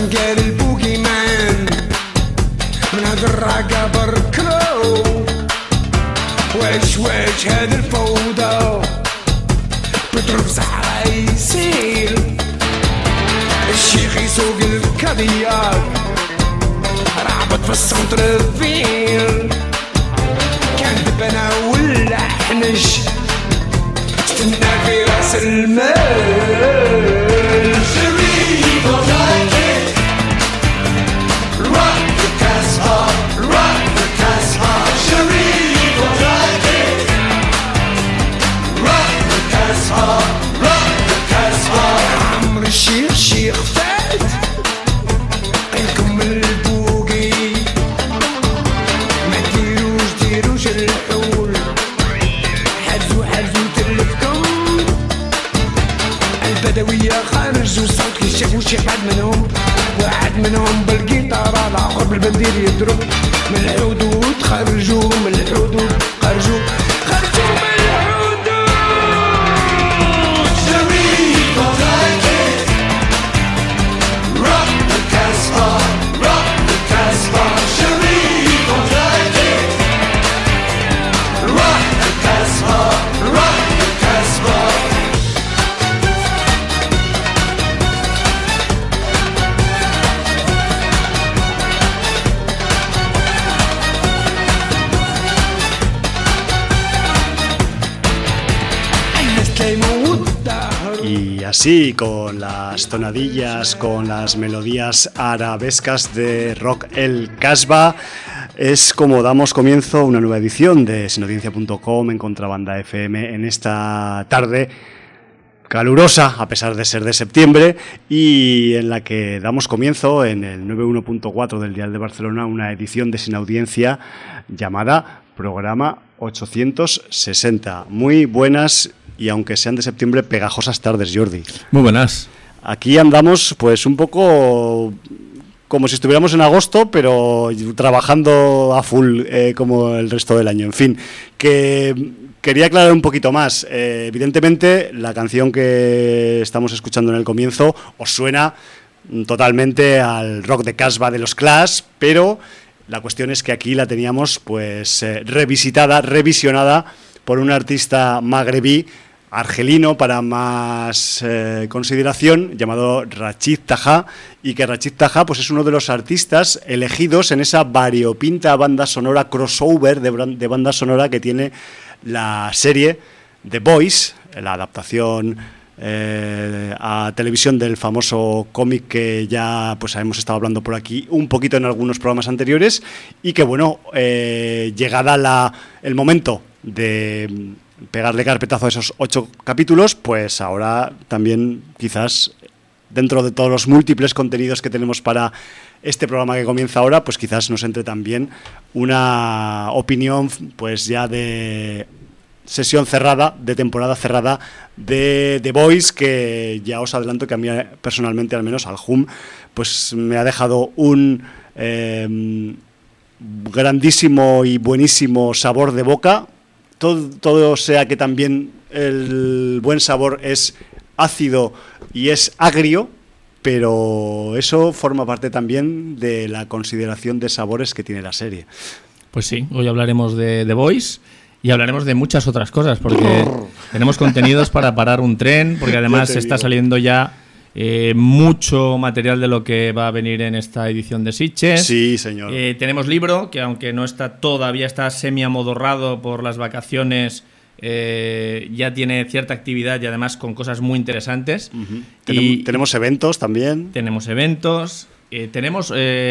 كان قال البوكي مان من هاد الراقة بركلو واش هاد الفوضى بضرب صحراء يسير الشيخ يسوق الكادياك رعبت في السنتر فيل كان دبنا ولا حنش استنى في راس المال عمر الشيخ فات قلكم البوقي ما ديروش الحول حزو تلفكم البدوية خرجوا صوت كي شافوا شي واحد منهم بالقيطارة الآخر بالبندير يضرب من الحدود خرجوا من الحدود خرجوا من Y así, con las tonadillas, con las melodías arabescas de Rock El Casbah, es como damos comienzo a una nueva edición de sinaudiencia.com en Contrabanda FM en esta tarde calurosa, a pesar de ser de septiembre, y en la que damos comienzo en el 91.4 del Dial de Barcelona una edición de Sin Audiencia llamada Programa 860. Muy buenas y, aunque sean de septiembre, pegajosas tardes, Jordi. Muy buenas. Aquí andamos pues un poco como si estuviéramos en agosto, pero trabajando a full como el resto del año. En fin, que quería aclarar un poquito más. Evidentemente, la canción que estamos escuchando en el comienzo os suena totalmente al rock de Casbah de los Clash, pero la cuestión es que aquí la teníamos pues revisionada por un artista magrebí, argelino para más consideración, llamado Rachid Taha, y que Rachid Taha pues es uno de los artistas elegidos en esa variopinta banda sonora crossover de banda sonora que tiene la serie The Boys, la adaptación a televisión del famoso cómic que ya pues hemos estado hablando por aquí un poquito en algunos programas anteriores, y que bueno, llegada el momento de pegarle carpetazo a esos 8 capítulos, pues ahora también quizás dentro de todos los múltiples contenidos que tenemos para este programa que comienza ahora, pues quizás nos entre también una opinión pues ya de sesión cerrada, de temporada cerrada de The Boys, que ya os adelanto que a mí personalmente, al menos al Hum, pues me ha dejado un grandísimo y buenísimo sabor de boca. Todo sea que también el buen sabor es ácido y es agrio, pero eso forma parte también de la consideración de sabores que tiene la serie. Pues sí, hoy hablaremos de The Boys y hablaremos de muchas otras cosas, porque tenemos contenidos para parar un tren, porque además está saliendo ya mucho material de lo que va a venir en esta edición de Sitges. Sí, señor. Tenemos libro, que aunque no está todavía, está semi-amodorrado por las vacaciones, ya tiene cierta actividad y además con cosas muy interesantes. Uh-huh. Tenemos eventos también. Tenemos eventos. Tenemos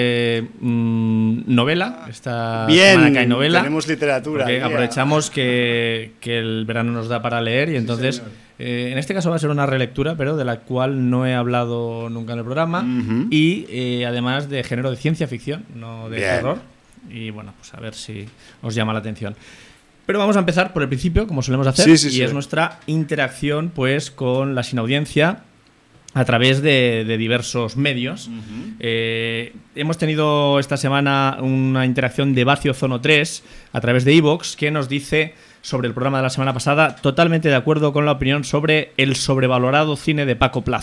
novela, esta bien, semana que hay novela. Tenemos literatura. Aprovechamos que el verano nos da para leer, y entonces en este caso va a ser una relectura, pero de la cual no he hablado nunca en el programa. Uh-huh. Y además de género de ciencia ficción, no de terror. Y bueno, pues a ver si os llama la atención. Pero vamos a empezar por el principio, como solemos hacer, es nuestra interacción pues con la sinaudiencia a través de diversos medios. Uh-huh. Hemos tenido esta semana una interacción de Bacio Zono 3 a través de iVoox, que nos dice sobre el programa de la semana pasada: totalmente de acuerdo con la opinión sobre el sobrevalorado cine de Paco Plaza.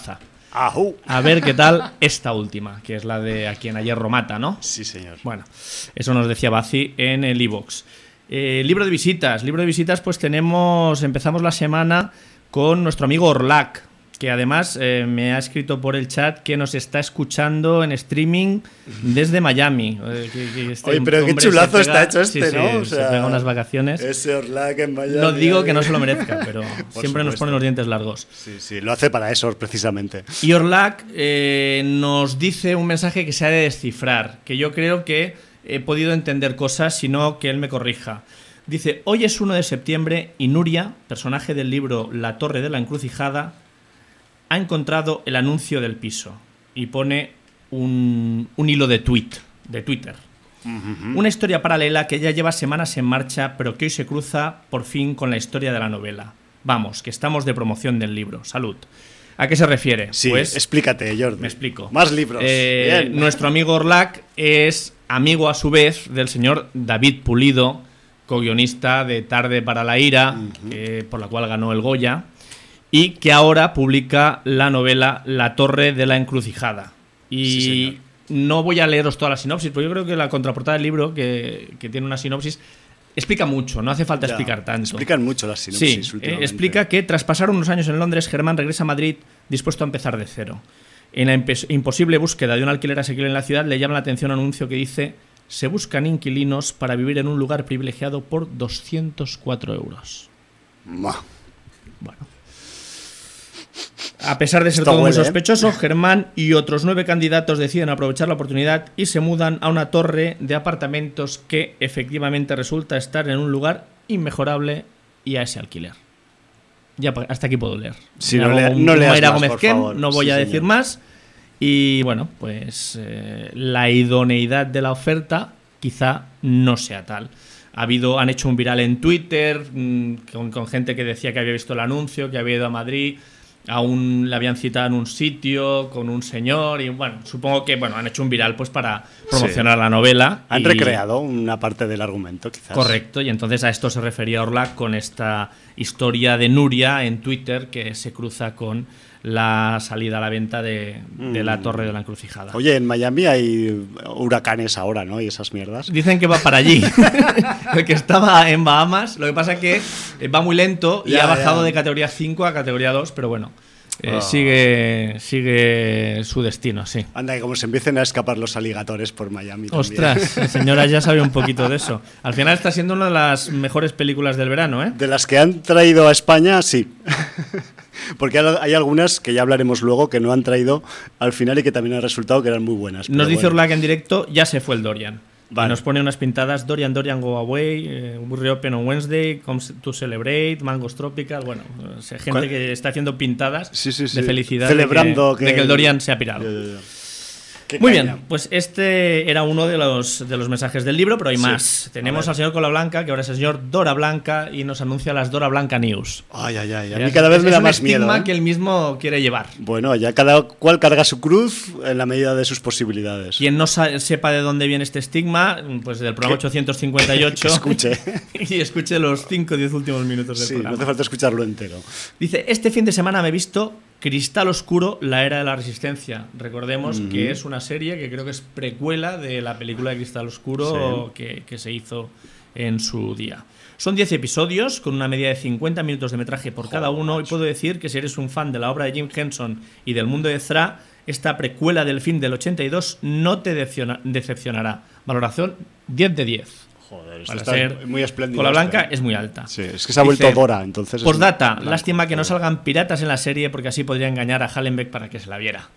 ¡Ajú! A ver qué tal esta última, que es la de A quien a hierro mata, ¿no? Sí, señor. Bueno, eso nos decía Bazi en el iVoox. Libro de visitas, pues empezamos la semana con nuestro amigo Orlac, que además me ha escrito por el chat que nos está escuchando en streaming desde Miami. Oye, pero qué chulazo está hecho este, sí, ¿no? Sí, o sea, se pega unas vacaciones. Ese Orlac en Miami. No digo que no se lo merezca, pero siempre nos pone los dientes largos. Sí, lo hace para eso, precisamente. Y Orlac nos dice un mensaje que se ha de descifrar, que yo creo que he podido entender cosas, sino que él me corrija. Dice, hoy es 1 de septiembre y Nuria, personaje del libro La Torre de la Encrucijada, ha encontrado el anuncio del piso y pone un hilo de Twitter. Uh-huh. Una historia paralela que ya lleva semanas en marcha, pero que hoy se cruza por fin con la historia de la novela. Vamos, que estamos de promoción del libro. Salud. ¿A qué se refiere? Sí, pues, explícate, Jordi. Me explico. Más libros. Bien. Nuestro amigo Orlac es amigo a su vez del señor David Pulido, co-guionista de Tarde para la ira, uh-huh. Por la cual ganó el Goya, y que ahora publica la novela La Torre de la Encrucijada. Y sí, no voy a leeros toda la sinopsis, porque yo creo que la contraportada del libro, que tiene una sinopsis, explica mucho, no hace falta explicar tanto. Explican mucho las sinopsis. Sí, explica que tras pasar unos años en Londres, Germán regresa a Madrid dispuesto a empezar de cero. En la imposible búsqueda de un alquiler asequible en la ciudad, le llama la atención un anuncio que dice: se buscan inquilinos para vivir en un lugar privilegiado por 204 euros. Bueno. A pesar de ser todo muy sospechoso, Germán y otros 9 candidatos deciden aprovechar la oportunidad y se mudan a una torre de apartamentos que efectivamente resulta estar en un lugar inmejorable y a ese alquiler. Ya hasta aquí puedo leer. Si no leas más, Gómez por favor. No voy a decir más. Y bueno, pues la idoneidad de la oferta quizá no sea tal. Han hecho un viral en Twitter con gente que decía que había visto el anuncio, que había ido a Madrid. Aún le habían citado en un sitio con un señor y bueno, supongo que han hecho un viral pues para promocionar la novela. Han recreado una parte del argumento, quizás. Correcto, y entonces a esto se refería Orlac con esta historia de Nuria en Twitter que se cruza con la salida a la venta de la Torre de la Encrucijada. Oye, en Miami hay huracanes ahora, ¿no? Y esas mierdas. Dicen que va para allí. El que estaba en Bahamas, lo que pasa es que va muy lento y ha bajado de categoría 5 a categoría 2, pero bueno, sigue su destino, sí. Anda, que como se empiecen a escapar los aligatores por Miami. Ostras, también. Señora ya sabe un poquito de eso. Al final está siendo una de las mejores películas del verano, ¿eh? De las que han traído a España, sí. Porque hay algunas que ya hablaremos luego que no han traído al final y que también han resultado que eran muy buenas. Nos dice Orlac en directo, ya se fue el Dorian. Vale. Nos pone unas pintadas, Dorian Go Away, We Reopen on Wednesday, Comes to Celebrate, Mangos Tropical, bueno, gente que está haciendo pintadas de felicidad celebrando de que el Dorian se ha pirado. Muy bien, pues este era uno de los mensajes del libro, pero hay más. Tenemos al señor Cola Blanca, que ahora es el señor Dora Blanca, y nos anuncia las Dora Blanca News. Ay, a mí cada vez me da más miedo. Es un estigma que él mismo quiere llevar. Bueno, ya cada cual carga su cruz en la medida de sus posibilidades. Quien no sepa de dónde viene este estigma, pues del programa 858 escuche. Y escuche los 5 o 10 últimos minutos del programa. No hace falta escucharlo entero. Dice, este fin de semana me he visto Cristal Oscuro, la era de la resistencia. Recordemos que es una serie que creo que es precuela de la película de Cristal Oscuro que se hizo en su día. Son 10 episodios con una media de 50 minutos de metraje por cada uno, y puedo decir que si eres un fan de la obra de Jim Henson y del mundo de Thra, esta precuela del film del 82 no te decepcionará. Valoración 10 de 10. Joder, para está ser muy espléndido. Cola Blanca es muy alta. Sí, es que se ha vuelto Dora, entonces. Postdata, lástima que no salgan piratas en la serie, porque así podría engañar a Hallenbeck para que se la viera.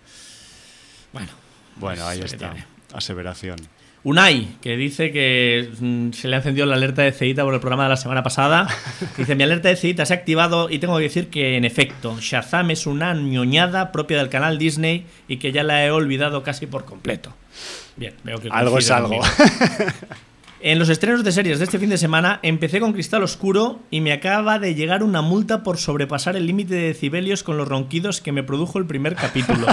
Bueno, ahí está. Aseveración. Unai, que dice que se le ha encendido la alerta de Cedita por el programa de la semana pasada. Dice, mi alerta de Cedita se ha activado y tengo que decir que, en efecto, Shazam es una ñoñada propia del canal Disney y que ya la he olvidado casi por completo. Bien, veo que algo es algo. En los estrenos de series de este fin de semana empecé con Cristal Oscuro y me acaba de llegar una multa por sobrepasar el límite de decibelios con los ronquidos que me produjo el primer capítulo.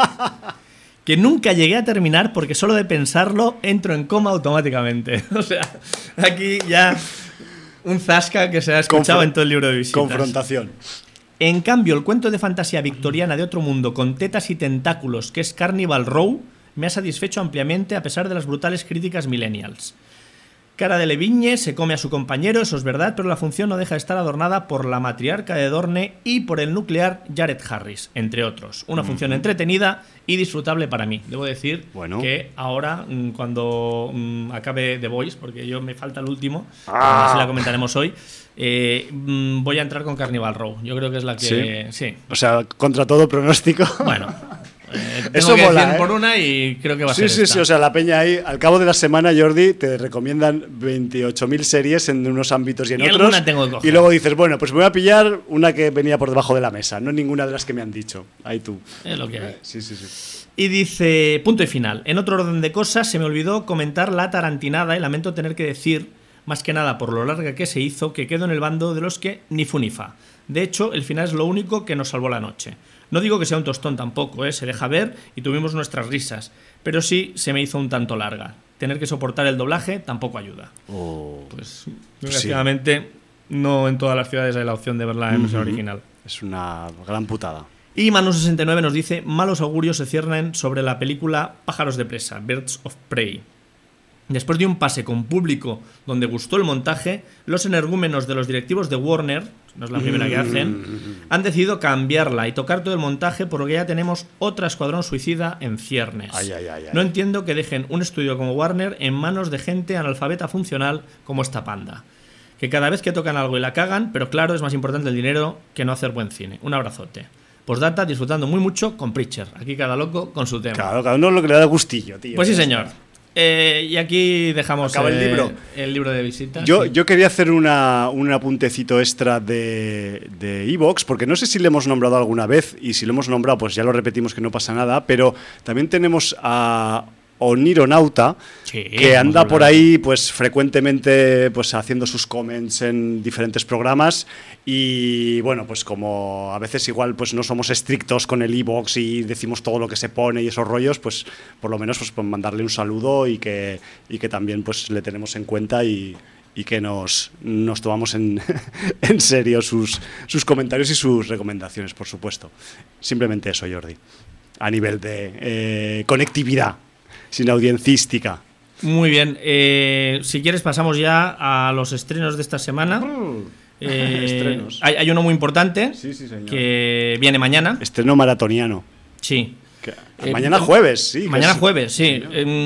Que nunca llegué a terminar porque solo de pensarlo entro en coma automáticamente. O sea, aquí ya un zasca que se ha escuchado en todo el libro de visitas. Confrontación. En cambio, el cuento de fantasía victoriana de otro mundo con tetas y tentáculos, que es Carnival Row, me ha satisfecho ampliamente a pesar de las brutales críticas millennials. Cara de Levigne se come a su compañero, eso es verdad, pero la función no deja de estar adornada por la matriarca de Dorne y por el nuclear Jared Harris, entre otros. Una función entretenida y disfrutable para mí. Debo decir que ahora, cuando acabe The Voice, porque yo me falta el último, así la comentaremos hoy, voy a entrar con Carnival Row. Yo creo que es la que... Sí. O sea, contra todo pronóstico. Bueno... Eso que mola, por una y creo que va a ser esta. Sí, o sea, la peña ahí, al cabo de la semana, Jordi, te recomiendan 28.000 series en unos ámbitos y en otros. Alguna tengo que coger. Y luego dices, bueno, pues me voy a pillar una que venía por debajo de la mesa, no ninguna de las que me han dicho. Ahí tú. Es lo que hay. Sí. Y dice, punto y final. En otro orden de cosas, se me olvidó comentar la tarantinada y lamento tener que decir, más que nada por lo larga que se hizo, que quedo en el bando de los que ni fu ni fa. De hecho, el final es lo único que nos salvó la noche. No digo que sea un tostón tampoco, se deja ver y tuvimos nuestras risas, pero sí se me hizo un tanto larga. Tener que soportar el doblaje tampoco ayuda. Pues desgraciadamente no en todas las ciudades hay la opción de verla en versión original. Es una gran putada. Y Manu69 nos dice, malos augurios se ciernen sobre la película Pájaros de presa, Birds of Prey. Después de un pase con público donde gustó el montaje, los energúmenos de los directivos de Warner, no es la primera que hacen, han decidido cambiarla y tocar todo el montaje, por lo que ya tenemos otra Escuadrón Suicida en ciernes. No entiendo que dejen un estudio como Warner en manos de gente analfabeta funcional como esta panda. Que cada vez que tocan algo y la cagan, pero claro, es más importante el dinero que no hacer buen cine. Un abrazote. Postdata, disfrutando muy mucho con Preacher. Aquí cada loco con su tema. Claro, cada uno lo que le da gustillo, tío. Pues sí, señor. Y aquí dejamos el libro de visita. Yo quería hacer un apuntecito extra de Evox, porque no sé si le hemos nombrado alguna vez, y si lo hemos nombrado, pues ya lo repetimos que no pasa nada, pero también tenemos a Onironauta, que anda por ahí pues frecuentemente pues haciendo sus comments en diferentes programas, y bueno, pues como a veces igual pues no somos estrictos con el iVoox y decimos todo lo que se pone y esos rollos, pues por lo menos pues mandarle un saludo y que también pues le tenemos en cuenta y que nos tomamos en serio sus comentarios y sus recomendaciones, por supuesto. Simplemente eso, Jordi, a nivel de conectividad sin audiencística. Muy bien, si quieres pasamos ya a los estrenos de esta semana. Estrenos. Hay uno muy importante que viene mañana. Estreno maratoniano. Sí. Mañana jueves, sí. Mañana jueves, sí.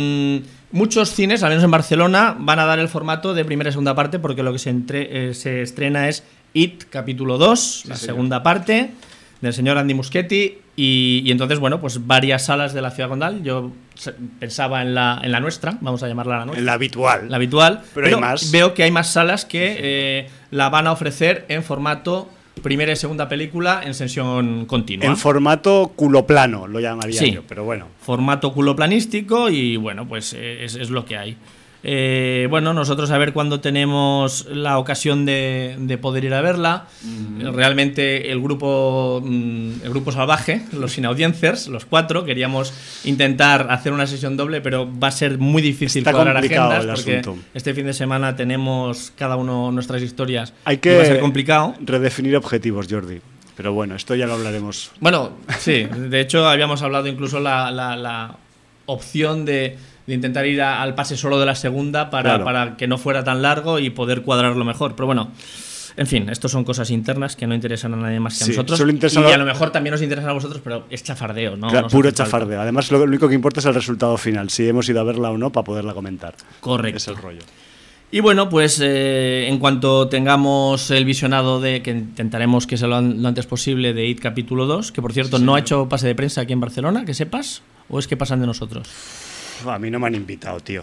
Muchos cines, al menos en Barcelona, van a dar el formato de primera y segunda parte, porque lo que se estrena es It, capítulo 2, la segunda parte, del señor Andy Muschietti. Y entonces, bueno, pues varias salas de la ciudad condal. Yo pensaba en la nuestra, vamos a llamarla la nuestra. En la habitual. La habitual. Pero hay más. Veo que hay más salas que la van a ofrecer en formato primera y segunda película en sesión continua. En formato culoplano, lo llamaría yo, pero bueno. Formato culoplanístico y bueno, pues es lo que hay. Bueno, nosotros a ver cuándo tenemos la ocasión de poder ir a verla. Realmente el grupo salvaje, los Inaudiencers, los 4, queríamos intentar hacer una sesión doble, pero va a ser muy difícil cuadrar agendas porque este fin de semana tenemos cada uno nuestras historias. Hay que va a ser complicado redefinir objetivos, Jordi. Pero bueno, esto ya lo hablaremos. Bueno, sí, de hecho habíamos hablado incluso la opción de intentar ir al pase solo de la segunda para que no fuera tan largo y poder cuadrarlo mejor. Pero bueno, en fin, esto son cosas internas que no interesan a nadie más que a nosotros. Y a lo mejor también nos interesan a vosotros, pero es chafardeo, ¿no? Claro, puro chafardeo. Además, lo único que importa es el resultado final, si hemos ido a verla o no, para poderla comentar. Correcto. Es el rollo. Y bueno, pues en cuanto tengamos el visionado que intentaremos que sea lo antes posible, de IT capítulo 2, que por cierto no ha hecho pase de prensa aquí en Barcelona, que sepas, ¿o es que pasan de nosotros? A mí no me han invitado, tío.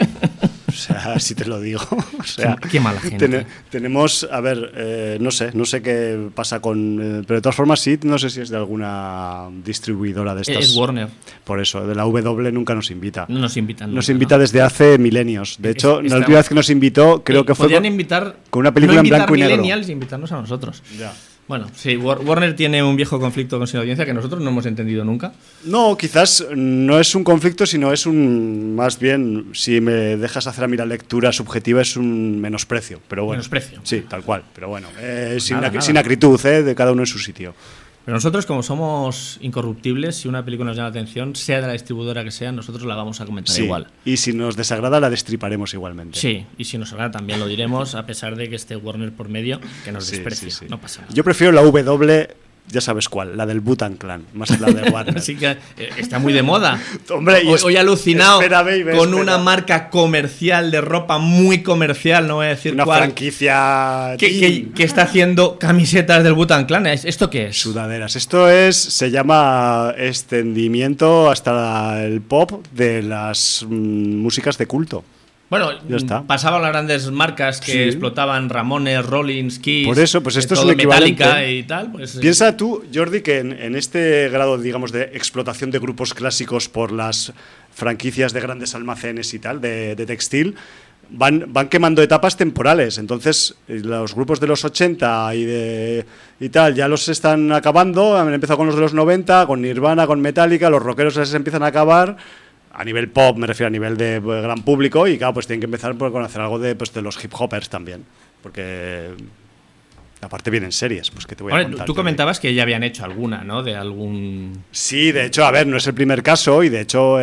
O sea, si te lo digo. O sea, qué mala gente. Tenemos, a ver, no sé qué pasa con... pero de todas formas sí, no sé si es de alguna distribuidora de estas. Es Warner. Por eso, de la W nunca nos invita. No nos invitan. Nos invita desde hace milenios. De hecho, la última vez que nos invitó, creo que fue invitar, con una película en blanco y negro. Millennials, invitarnos a nosotros. Ya. Bueno, sí, Warner tiene un viejo conflicto con su audiencia que nosotros no hemos entendido nunca. No, quizás no es un conflicto, sino es un, más bien, si me dejas hacer a mí la lectura subjetiva, es un menosprecio. Pero bueno, menosprecio. Sí, tal cual. Pero bueno, nada. sin acritud, de cada uno en su sitio. Pero nosotros, como somos incorruptibles, si una película nos llama la atención, sea de la distribuidora que sea, nosotros la vamos a comentar igual. Y si nos desagrada, la destriparemos igualmente. Sí, y si nos agrada también lo diremos, a pesar de que esté Warner por medio, que nos desprecia. Sí. No pasa nada. Yo prefiero la W, ya sabes cuál, la del Wu-Tang Clan, más que la de Warner. Así que está muy de moda. Hombre, hoy alucinado espera. Una marca comercial de ropa muy comercial, no voy a decir una cuál. Franquicia que está haciendo camisetas del Wu-Tang Clan. ¿Esto qué es? Sudaderas. Esto se llama extendimiento hasta el pop de las músicas de culto. Bueno, pasaban las grandes marcas que explotaban Ramones, Rollins, Kiss. Por eso, pues esto es un equivalente. Metallica y tal. Pues, piensa tú, Jordi, que en este grado, digamos, de explotación de grupos clásicos por las franquicias de grandes almacenes y tal, de textil, van quemando etapas temporales. Entonces, los grupos de los 80 y tal ya los están acabando. Han empezado con los de los 90, con Nirvana, con Metallica. Los rockeros les empiezan a acabar. A nivel pop, me refiero a nivel de gran público, y claro, pues tienen que empezar por conocer algo de los hip hoppers también, porque aparte vienen series, pues que te voy a contar. Tú comentabas que ya habían hecho alguna, ¿no? De algún... Sí, de hecho, a ver, no es el primer caso, y de hecho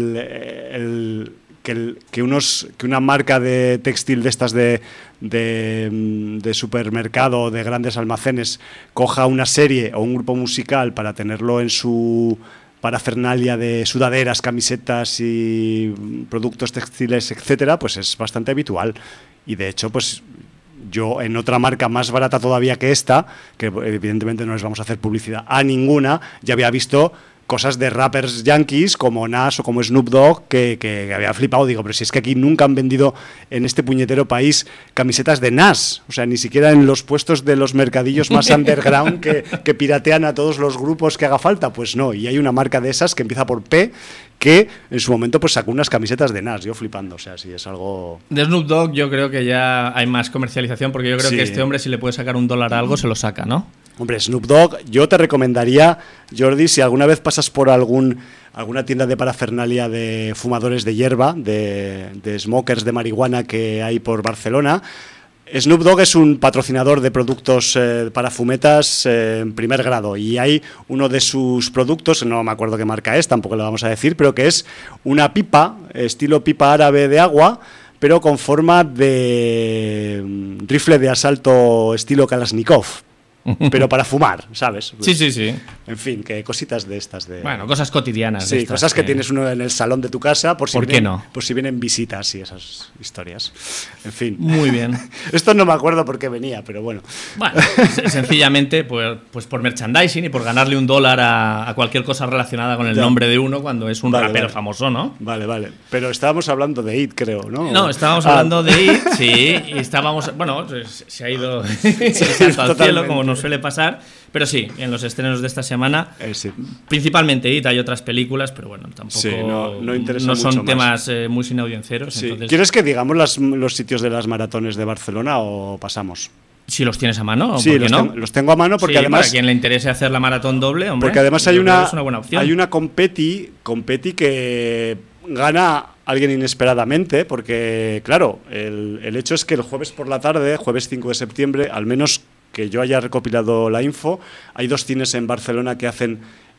que una marca de textil de estas de supermercado, de grandes almacenes, coja una serie o un grupo musical para tenerlo en su parafernalia de sudaderas, camisetas y productos textiles, etcétera, pues es bastante habitual. Y de hecho, pues yo en otra marca más barata todavía que esta, que evidentemente no les vamos a hacer publicidad a ninguna, ya había visto cosas de rappers yankees como Nas o como Snoop Dogg que había flipado. Digo, pero si es que aquí nunca han vendido en este puñetero país camisetas de Nas, o sea, ni siquiera en los puestos de los mercadillos más underground que piratean a todos los grupos que haga falta, pues no. Y hay una marca de esas que empieza por P, que en su momento pues sacó unas camisetas de Nas, yo flipando, o sea, si es algo... De Snoop Dogg yo creo que ya hay más comercialización, porque yo creo que este hombre, si le puede sacar $1 a algo, se lo saca, ¿no? Hombre, Snoop Dogg, yo te recomendaría, Jordi, si alguna vez pasas por alguna tienda de parafernalia de fumadores de hierba, de smokers de marihuana que hay por Barcelona, Snoop Dogg es un patrocinador de productos para fumetas en primer grado, y hay uno de sus productos, no me acuerdo qué marca es, tampoco le vamos a decir, pero que es una pipa, estilo pipa árabe de agua, pero con forma de rifle de asalto estilo Kalashnikov. Pero para fumar, ¿sabes? Sí. En fin, que cositas de estas de... Bueno, cosas cotidianas. Sí, cosas que tienes uno en el salón de tu casa por qué no? Por si vienen visitas y esas historias. En fin. Muy bien. Esto no me acuerdo por qué venía, pero bueno. Bueno, sencillamente pues por merchandising y por ganarle $1 a cualquier cosa relacionada con el nombre de uno cuando es un rapero famoso, ¿no? Vale. Pero estábamos hablando de IT, creo, ¿no? No, estábamos hablando de IT, sí, y estábamos... Bueno, se ha ido al cielo, como nos suele pasar, pero sí, en los estrenos de esta semana, principalmente IT, hay otras películas, pero bueno, tampoco no son temas muy sin audiencieros. Sí. Entonces, ¿Quieres que digamos los sitios de las maratones de Barcelona o pasamos? Si los tienes a mano, sí, los tengo a mano porque además... Para quien le interese hacer la maratón doble, hombre, porque además es una buena opción. Hay una competi que gana alguien inesperadamente, porque claro, el hecho es que el jueves por la tarde, jueves 5 de septiembre, al menos que yo haya recopilado la info, hay 2 cines en Barcelona que hacen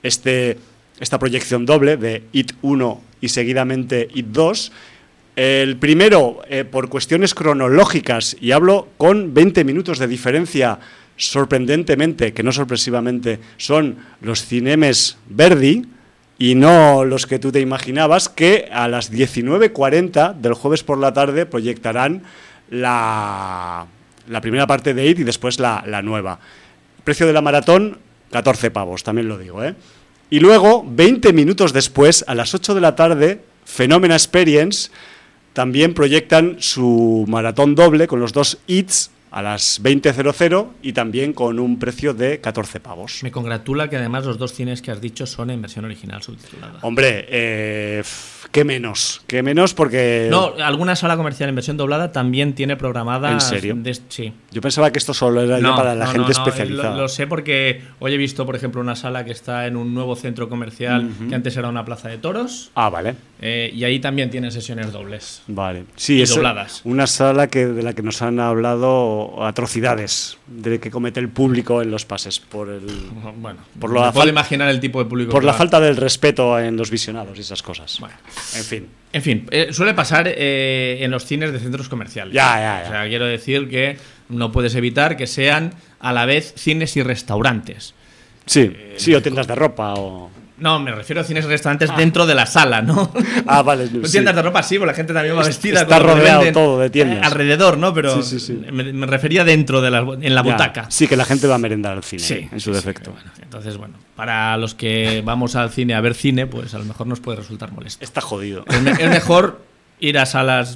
esta proyección doble de IT 1 y seguidamente IT 2. El primero, por cuestiones cronológicas, y hablo con 20 minutos de diferencia, sorprendentemente, que no sorpresivamente, son los Cinemes Verdi, y no los que tú te imaginabas, que a las 19:40 del jueves por la tarde proyectarán la primera parte de IT y después la nueva. Precio de la maratón, 14 pavos, también lo digo, ¿eh? Y luego, 20 minutos después, a las 8 de la tarde, Phenomena Experience también proyectan su maratón doble con los 2 ITs a las 20:00 y también con un precio de 14 pavos. Me congratula que además los dos cines que has dicho son en versión original subtitulada. Hombre, qué menos porque... No, alguna sala comercial en versión doblada también tiene programada... ¿En serio? Sí. Yo pensaba que esto solo era ya para la gente especializada. Lo sé porque hoy he visto, por ejemplo, una sala que está en un nuevo centro comercial que antes era una plaza de toros. Ah, vale. Y ahí también tiene sesiones dobles. Vale. Sí, y es dobladas. Una sala de la que nos han hablado atrocidades de que comete el público en los pases por el... Bueno, por lo puedo imaginar el tipo de público. Por la falta del respeto en los visionados y esas cosas. Bueno. En fin, suele pasar en los cines de centros comerciales. Ya. O sea, quiero decir que no puedes evitar que sean a la vez cines y restaurantes. Sí, o tiendas de ropa o... No, me refiero a cines y restaurantes dentro de la sala, ¿no? Ah, vale. Tiendas de ropa sí, porque la gente también va vestida. Está rodeado todo de tiendas. Alrededor, ¿no? Pero sí. Me refería dentro en la butaca. Sí, que la gente va a merendar al cine, en su defecto. Bueno, entonces, para los que vamos al cine a ver cine, pues a lo mejor nos puede resultar molesto. Está jodido. Es mejor ir a salas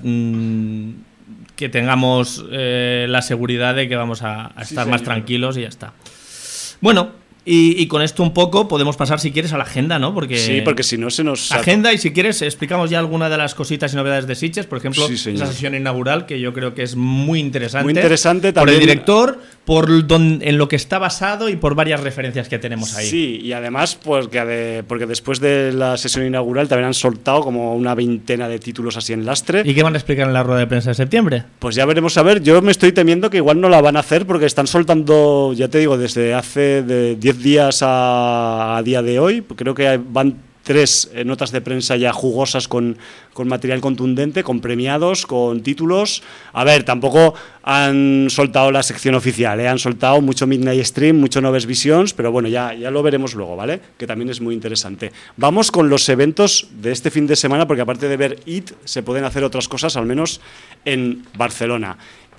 que tengamos la seguridad de que vamos a estar más tranquilos y ya está. Bueno, y con esto un poco podemos pasar, si quieres, a la agenda, ¿no? Sí, porque si no se nos... Agenda, y si quieres explicamos ya alguna de las cositas y novedades de Sitges, por ejemplo, esa sesión inaugural que yo creo que es muy interesante. Muy interesante también. Por el director, en lo que está basado y por varias referencias que tenemos ahí. Sí, y además porque después de la sesión inaugural también han soltado como una veintena de títulos así en lastre. ¿Y qué van a explicar en la rueda de prensa de septiembre? Pues ya veremos a ver. Yo me estoy temiendo que igual no la van a hacer porque están soltando, ya te digo, desde hace de 10 días a día de hoy. Creo que van 3 notas de prensa ya jugosas con material contundente, con premiados, con títulos. A ver, tampoco han soltado la sección oficial, han soltado mucho Midnight Stream, mucho Noves Visions, pero bueno, ya lo veremos luego, ¿vale? Que también es muy interesante. Vamos con los eventos de este fin de semana, porque aparte de ver IT, se pueden hacer otras cosas, al menos en Barcelona.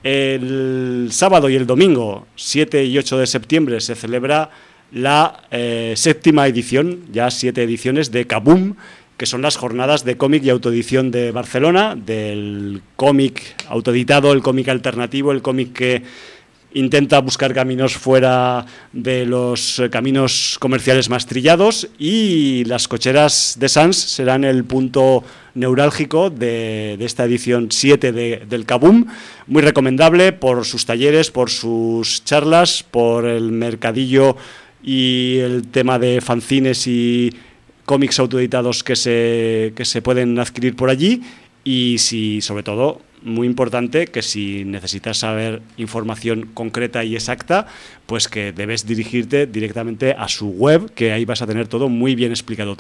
El sábado y el domingo, 7 y 8 de septiembre, se celebra la 7ª edición, ya 7 ediciones de Kaboom, que son las jornadas de cómic y autoedición de Barcelona, del cómic autoeditado, el cómic alternativo, el cómic que intenta buscar caminos fuera de los caminos comerciales más trillados, y las cocheras de Sants serán el punto neurálgico de esta edición 7 del Kaboom, muy recomendable por sus talleres, por sus charlas, por el mercadillo y el tema de fanzines y cómics autoeditados que se pueden adquirir por allí. Y sobre todo, muy importante, que si necesitas saber información concreta y exacta, pues que debes dirigirte directamente a su web, que ahí vas a tener todo muy bien explicado.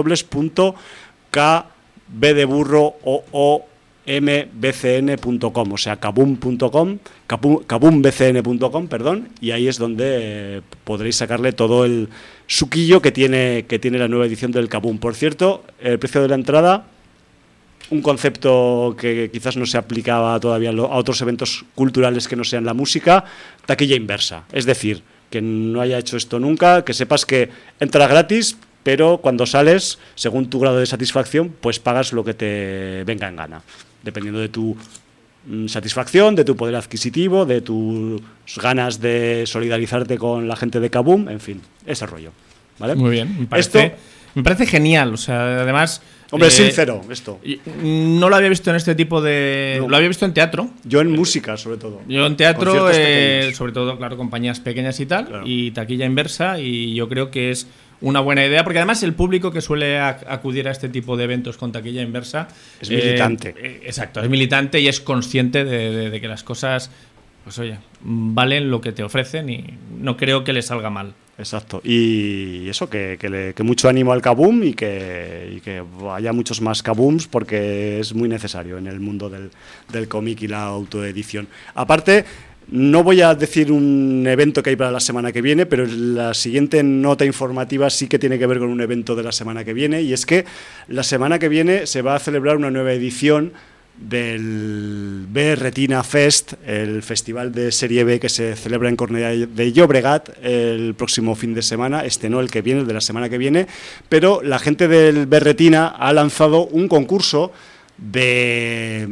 www.kbcn.com, o sea, kaboom.com, kaboombcn.com, perdón, y ahí es donde podréis sacarle todo el suquillo que tiene la nueva edición del Kaboom. Por cierto, el precio de la entrada, un concepto que quizás no se aplicaba todavía a otros eventos culturales que no sean la música, taquilla inversa. Es decir, que no haya hecho esto nunca, que sepas que entra gratis, pero cuando sales, según tu grado de satisfacción, pues pagas lo que te venga en gana, dependiendo de tu satisfacción, de tu poder adquisitivo, de tus ganas de solidarizarte con la gente de Kaboom, en fin, ese rollo, ¿vale? Muy bien, me parece genial, o sea, además... Hombre, es sincero esto. No lo había visto en este tipo de... No. Lo había visto en teatro. Yo en música, sobre todo. Yo en teatro, sobre todo, claro, compañías pequeñas y tal, claro. Y taquilla inversa, y yo creo que es una buena idea, porque además el público que suele acudir a este tipo de eventos con taquilla inversa... Es militante. Exacto, es militante y es consciente de que las cosas, pues oye, valen lo que te ofrecen y no creo que les salga mal. Exacto, y eso, que mucho ánimo al Kaboom y que haya muchos más Kabooms, porque es muy necesario en el mundo del cómic y la autoedición. Aparte, no voy a decir un evento que hay para la semana que viene, pero la siguiente nota informativa sí que tiene que ver con un evento de la semana que viene, y es que la semana que viene se va a celebrar una nueva edición del B-Retina Fest, el festival de serie B que se celebra en Cornellà de Llobregat el próximo fin de semana, no el que viene, el de la semana que viene, pero la gente del B-Retina ha lanzado un concurso de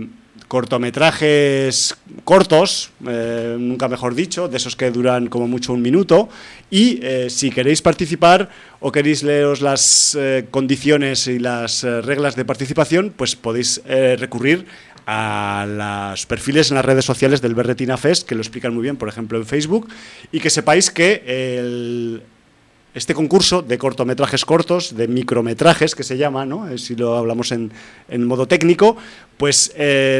cortometrajes cortos, nunca mejor dicho, de esos que duran como mucho 1 minuto. Y si queréis participar o queréis leeros las condiciones y las reglas de participación, pues podéis recurrir a los perfiles en las redes sociales del Berretina Fest, que lo explican muy bien, por ejemplo en Facebook, y que sepáis que este concurso de cortometrajes cortos, de micrometrajes que se llama, ¿no? Si lo hablamos en modo técnico, pues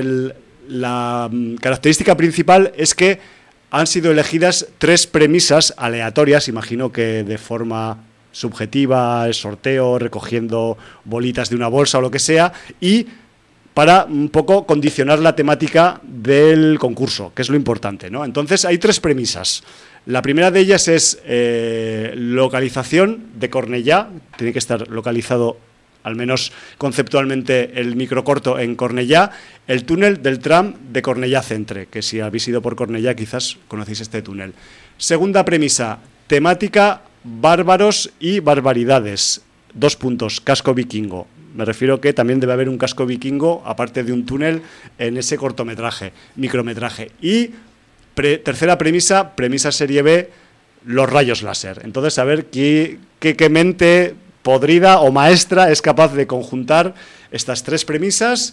la característica principal es que han sido elegidas 3 premisas aleatorias, imagino que de forma subjetiva, sorteo, recogiendo bolitas de una bolsa o lo que sea, y para un poco condicionar la temática del concurso, que es lo importante, ¿no? Entonces hay 3 premisas. La primera de ellas es localización de Cornellá, tiene que estar localizado al menos conceptualmente el microcorto en Cornellá, el túnel del tram de Cornellá Centre, que si habéis ido por Cornellá quizás conocéis este túnel. Segunda premisa, temática bárbaros y barbaridades, 2 puntos, casco vikingo. Me refiero que también debe haber un casco vikingo, aparte de un túnel, en ese cortometraje, micrometraje. Y tercera premisa serie B, los rayos láser. Entonces, a ver qué mente podrida o maestra es capaz de conjuntar estas 3 premisas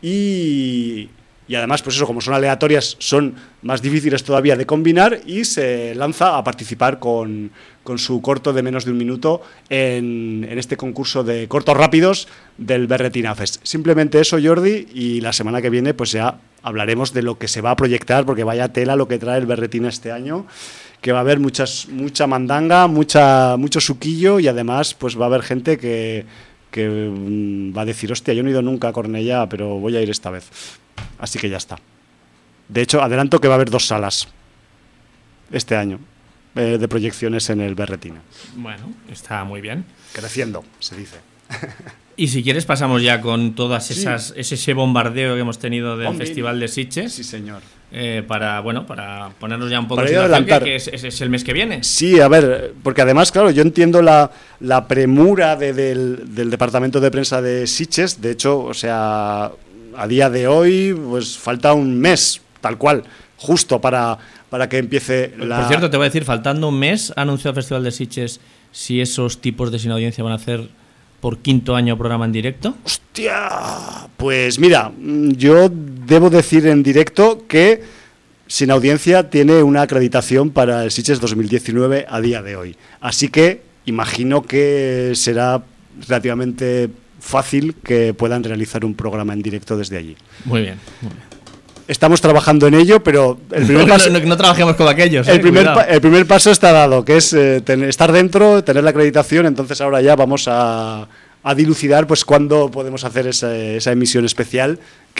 y además, pues eso, como son aleatorias, son más difíciles todavía de combinar y se lanza a participar con su corto de menos de 1 minuto en este concurso de cortos rápidos del Berretina Fest. Simplemente eso, Jordi, y la semana que viene pues ya hablaremos de lo que se va a proyectar, porque vaya tela lo que trae el Berretina este año, que va a haber mucha mandanga, mucho suquillo y además pues va a haber gente que va a decir, hostia, yo no he ido nunca a Cornellá, pero voy a ir esta vez. Así que ya está. De hecho, adelanto que va a haber 2 salas este año de proyecciones en el Berretina. Bueno, está muy bien. Creciendo, se dice. Y si quieres pasamos ya con todas ese bombardeo que hemos tenido del Festival de Sitges. Sí, señor. Para ponernos ya un poco en situación, que es el mes que viene. Sí, a ver, porque además, claro, yo entiendo la premura del departamento de prensa de Sitges. De hecho, o sea, a día de hoy, pues falta un mes, tal cual, justo para que empiece la... Por cierto, te voy a decir, faltando un mes, ha anunciado el Festival de Sitges si esos tipos de Sin Audiencia van a hacer por 5º año programa en directo. ¡Hostia! Pues mira, yo debo decir en directo que Sin Audiencia tiene una acreditación para el Sitges 2019 a día de hoy. Así que imagino que será relativamente fácil que puedan realizar un programa en directo desde allí. Muy bien, muy bien. Estamos trabajando en ello, pero el primer paso... No trabajemos como aquellos. El primer paso está dado, que es estar dentro, tener la acreditación. Entonces ahora ya vamos a dilucidar pues cuándo podemos hacer esa emisión especial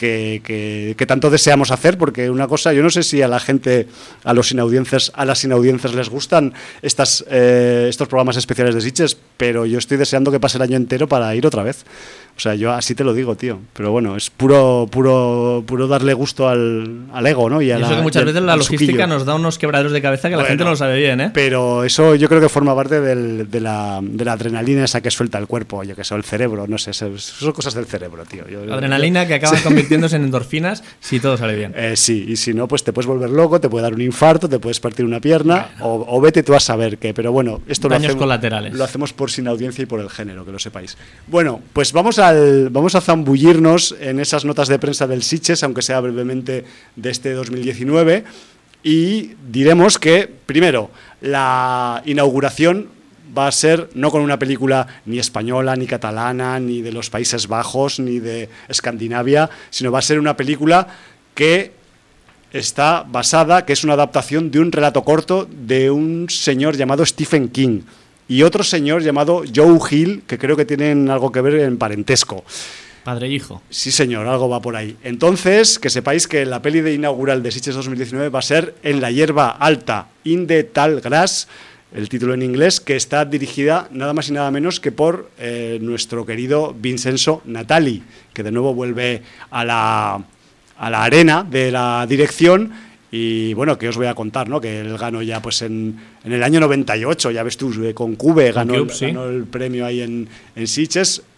que tanto deseamos hacer, porque una cosa, yo no sé si a la gente, a las sinaudiencias les gustan estos programas especiales de Sitges, pero yo estoy deseando que pase el año entero para ir otra vez. O sea, yo así te lo digo, tío. Pero bueno, es puro darle gusto al ego, ¿no? Y a eso que muchas veces la logística suquillo nos da unos quebraderos de cabeza que la gente no lo sabe bien, ¿eh? Pero eso yo creo que forma parte de la adrenalina esa que suelta el cuerpo, yo que sé, el cerebro, no sé, son cosas del cerebro, tío. Adrenalina que acaba convirtiéndose en endorfinas si todo sale bien. Sí, y si no, pues te puedes volver loco, te puede dar un infarto, te puedes partir una pierna, o vete tú a saber qué. Pero bueno, esto daños colaterales. Lo hacemos por Sin Audiencia y por el género, que lo sepáis. Bueno, pues vamos a zambullirnos en esas notas de prensa del Sitges, aunque sea brevemente de este 2019, y diremos que, primero, la inauguración va a ser no con una película ni española, ni catalana, ni de los Países Bajos, ni de Escandinavia, sino va a ser una película que está basada, que es una adaptación de un relato corto de un señor llamado Stephen King y otro señor llamado Joe Hill, que creo que tienen algo que ver en parentesco. Padre e hijo. Sí, señor, algo va por ahí. Entonces, que sepáis que la peli de inaugural de Sitges 2019 va a ser En la hierba alta, In the Tall Grass, el título en inglés, que está dirigida nada más y nada menos que por nuestro querido Vincenzo Natali, que de nuevo vuelve a la arena de la dirección. Y bueno, que os voy a contar, ¿no? Que él ganó ya pues en el año 98, ya ves tú, con Cube ganó el premio ahí en Sitges.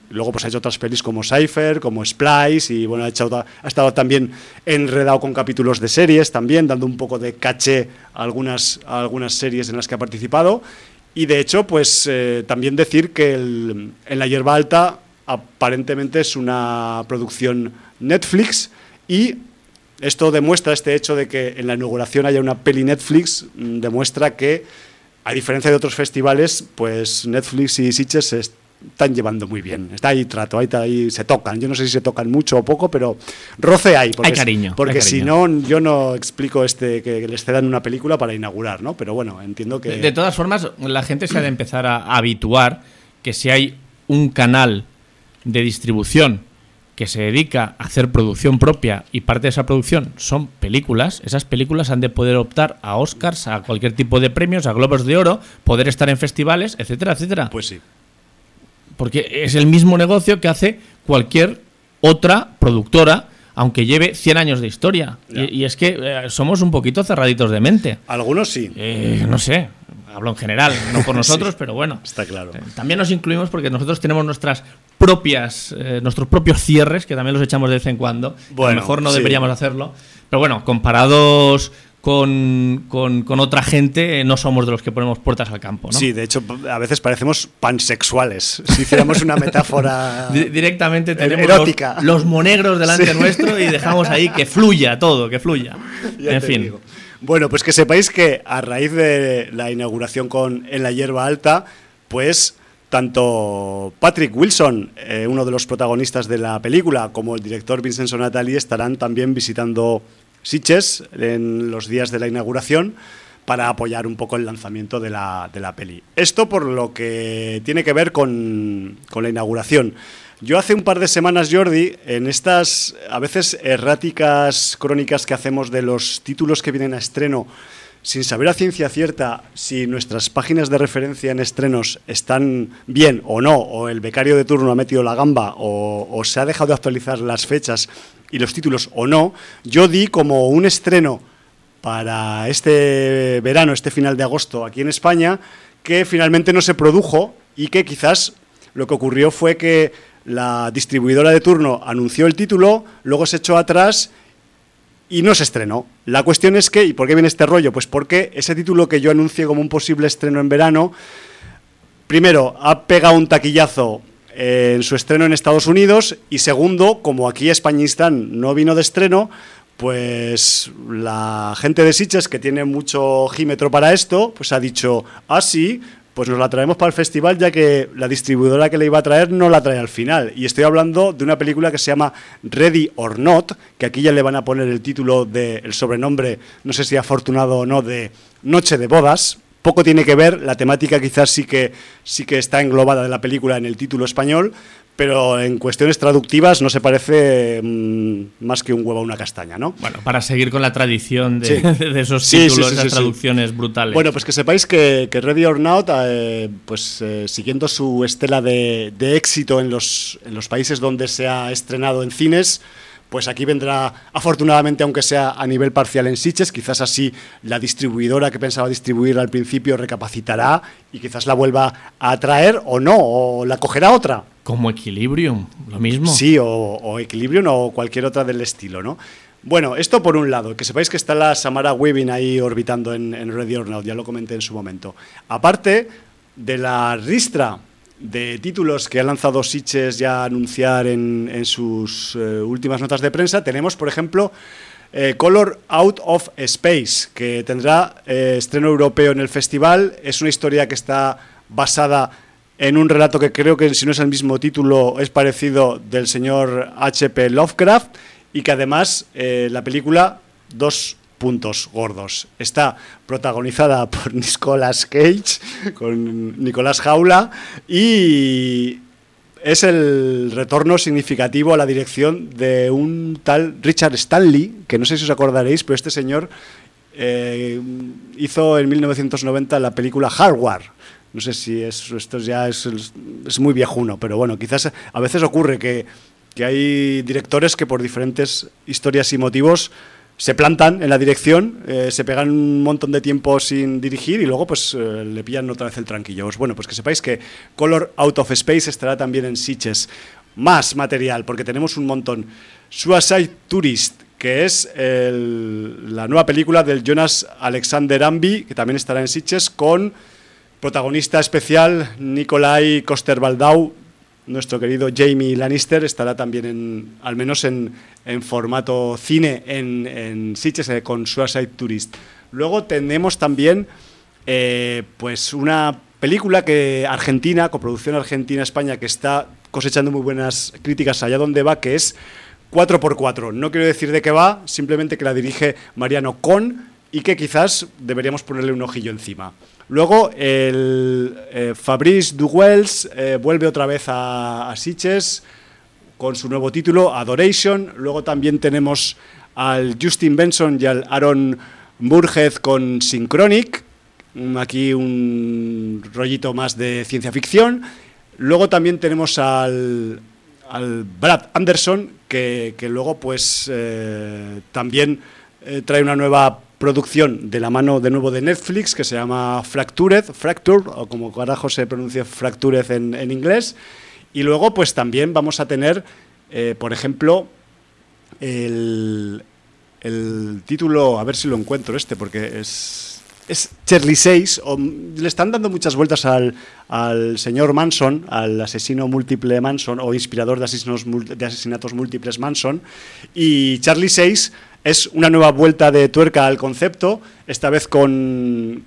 Luego pues ha hecho otras pelis como Cypher, como Splice, y bueno, ha estado también enredado con capítulos de series también, dando un poco de caché a algunas series en las que ha participado. Y de hecho, pues también decir que En la hierba alta aparentemente es una producción Netflix, y esto demuestra, este hecho de que en la inauguración haya una peli Netflix, demuestra que, a diferencia de otros festivales, pues Netflix y Sitges se están llevando muy bien. Está ahí trato, ahí se tocan. Yo no sé si se tocan mucho o poco, pero roce hay. Porque hay cariño. Porque hay si cariño. no, yo no explico que les cedan una película para inaugurar, ¿no? Pero bueno, entiendo que... De todas formas, la gente se ha de empezar a habituar que si hay un canal de distribución que se dedica a hacer producción propia y parte de esa producción son películas, esas películas han de poder optar a Oscars, a cualquier tipo de premios, a Globos de Oro, poder estar en festivales, etcétera, etcétera. Pues sí. Porque es el mismo negocio que hace cualquier otra productora, aunque lleve 100 años de historia. Y es que somos un poquito cerraditos de mente. Algunos sí. No sé, hablo en general, no por nosotros, sí, pero bueno. Está claro. También nos incluimos porque nosotros tenemos nuestros propios cierres, que también los echamos de vez en cuando. Bueno, a lo mejor no deberíamos hacerlo. Pero bueno, comparados con otra gente, no somos de los que ponemos puertas al campo, ¿no? Sí, de hecho, a veces parecemos pansexuales. Si hiciéramos una metáfora directamente tenemos erótica. Los monegros delante nuestro y dejamos ahí que fluya todo, que fluya. En fin. Digo. Bueno, pues que sepáis que a raíz de la inauguración con En la hierba alta, pues tanto Patrick Wilson, uno de los protagonistas de la película, como el director Vincenzo Natali estarán también visitando Sitges en los días de la inauguración para apoyar un poco el lanzamiento de la peli. Esto por lo que tiene que ver con la inauguración. Yo hace un par de semanas, Jordi, en estas a veces erráticas crónicas que hacemos de los títulos que vienen a estreno, sin saber a ciencia cierta si nuestras páginas de referencia en estrenos están bien o no, o el becario de turno ha metido la gamba, o se ha dejado de actualizar las fechas y los títulos o no, yo di como un estreno para este verano, este final de agosto aquí en España, que finalmente no se produjo y que quizás lo que ocurrió fue que la distribuidora de turno anunció el título, luego se echó atrás y no se estrenó. La cuestión es que, ¿y por qué viene este rollo? Pues porque ese título que yo anuncié como un posible estreno en verano, primero, ha pegado un taquillazo en su estreno en Estados Unidos, y segundo, como aquí Españistán no vino de estreno, pues la gente de Sitges, que tiene mucho jímetro para esto, pues ha dicho, sí, pues nos la traemos para el festival, ya que la distribuidora que le iba a traer no la trae al final. Y estoy hablando de una película que se llama Ready or Not, que aquí ya le van a poner el título el sobrenombre, no sé si afortunado o no, de Noche de Bodas. Poco tiene que ver, la temática quizás sí que está englobada de la película en el título español, pero en cuestiones traductivas no se parece más que un huevo a una castaña, ¿no? Bueno, para seguir con la tradición de esos títulos, esas traducciones brutales. Bueno, pues que sepáis que Ready or Not, siguiendo su estela de éxito en los países donde se ha estrenado en cines, pues aquí vendrá, afortunadamente, aunque sea a nivel parcial en Sitges, quizás así la distribuidora que pensaba distribuir al principio recapacitará y quizás la vuelva a traer o no, o la cogerá otra. Como Equilibrium, lo mismo. Sí, o Equilibrium o cualquier otra del estilo, ¿no? Bueno, esto por un lado, que sepáis que está la Samara Weaving ahí orbitando en Ready or Not, ya lo comenté en su momento. Aparte de la ristra de títulos que ha lanzado Sitges ya a anunciar en sus últimas notas de prensa, tenemos, por ejemplo, Color Out of Space, que tendrá estreno europeo en el festival. Es una historia que está basada en un relato que creo que, si no es el mismo título, es parecido, del señor H.P. Lovecraft, y que además la película, 2 puntos gordos. Está protagonizada por Nicolas Cage, con Nicolás Jaula, y es el retorno significativo a la dirección de un tal Richard Stanley, que no sé si os acordaréis, pero este señor hizo en 1990 la película Hardware. No sé si esto ya es muy viejuno, pero bueno, quizás a veces ocurre que hay directores que por diferentes historias y motivos se plantan en la dirección, se pegan un montón de tiempo sin dirigir y luego pues le pillan otra vez el tranquillo. Pues bueno, pues que sepáis que Color Out of Space estará también en Sitges. Más material, porque tenemos un montón. Suicide Tourist, que es la nueva película del Jonas Alexander Amby, que también estará en Sitges, con protagonista especial Nikolai Coster-Waldau. Nuestro querido Jamie Lannister estará también al menos en formato cine en Sitges con Suicide Tourist. Luego tenemos también pues una película argentina, coproducción Argentina-España, que está cosechando muy buenas críticas allá donde va, que es 4x4. No quiero decir de qué va, simplemente que la dirige Mariano Con y que quizás deberíamos ponerle un ojillo encima. Luego, Fabrice Duguels vuelve otra vez a Sitges con su nuevo título, Adoration. Luego también tenemos al Justin Benson y al Aaron Burgess con Synchronic. Aquí un rollito más de ciencia ficción. Luego también tenemos al Brad Anderson, que luego pues también trae una nueva producción de la mano de nuevo de Netflix que se llama Fractured, o como carajo se pronuncia Fractured en inglés. Y luego pues también vamos a tener, por ejemplo, el título, a ver si lo encuentro porque es Charlie 6, le están dando muchas vueltas al señor Manson, al asesino múltiple Manson, o inspirador de asesinatos múltiples Manson, y Charlie 6 es una nueva vuelta de tuerca al concepto, esta vez con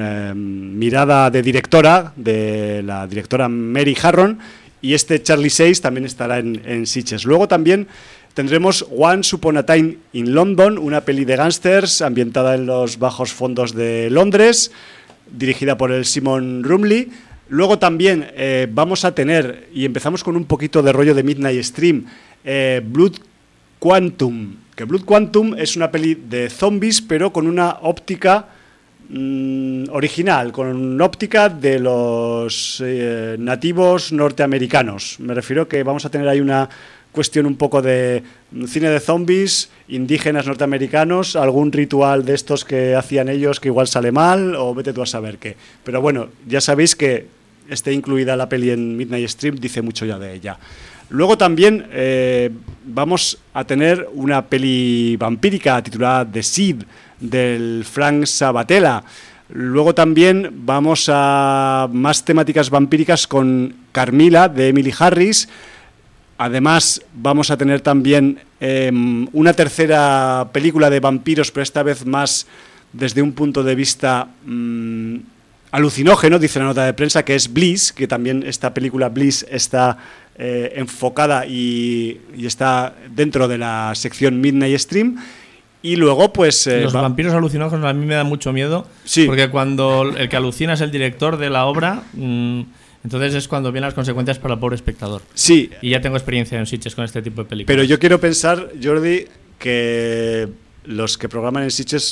mirada de directora, de la directora Mary Harron, y este Charlie 6 también estará en Sitges. Luego también tendremos Once Upon a Time in London, una peli de gángsters ambientada en los bajos fondos de Londres, dirigida por el Simon Rumley. Luego también vamos a tener, y empezamos con un poquito de rollo de Midnight Stream, Blood Quantum, que Blood Quantum es una peli de zombies, pero con una óptica original, con óptica de los nativos norteamericanos. Me refiero que vamos a tener ahí una cuestión un poco de cine de zombies, indígenas norteamericanos, algún ritual de estos que hacían ellos que igual sale mal, o vete tú a saber qué. Pero bueno, ya sabéis que esté incluida la peli en Midnight Stream, dice mucho ya de ella. Luego también vamos a tener una peli vampírica titulada The Seed, del Frank Sabatella. Luego también vamos a más temáticas vampíricas con Carmilla, de Emily Harris. Además, vamos a tener también una tercera película de vampiros, pero esta vez más desde un punto de vista alucinógeno, dice la nota de prensa, que es Bliss, que también esta película Bliss está enfocada y está dentro de la sección Midnight Stream. Y luego, pues... los vampiros alucinógenos a mí me da mucho miedo, sí, porque cuando el que alucina es el director de la obra... entonces es cuando vienen las consecuencias para el pobre espectador. Sí. Y ya tengo experiencia en Sitges con este tipo de películas. Pero yo quiero pensar, Jordi, que los que programan en Sitges,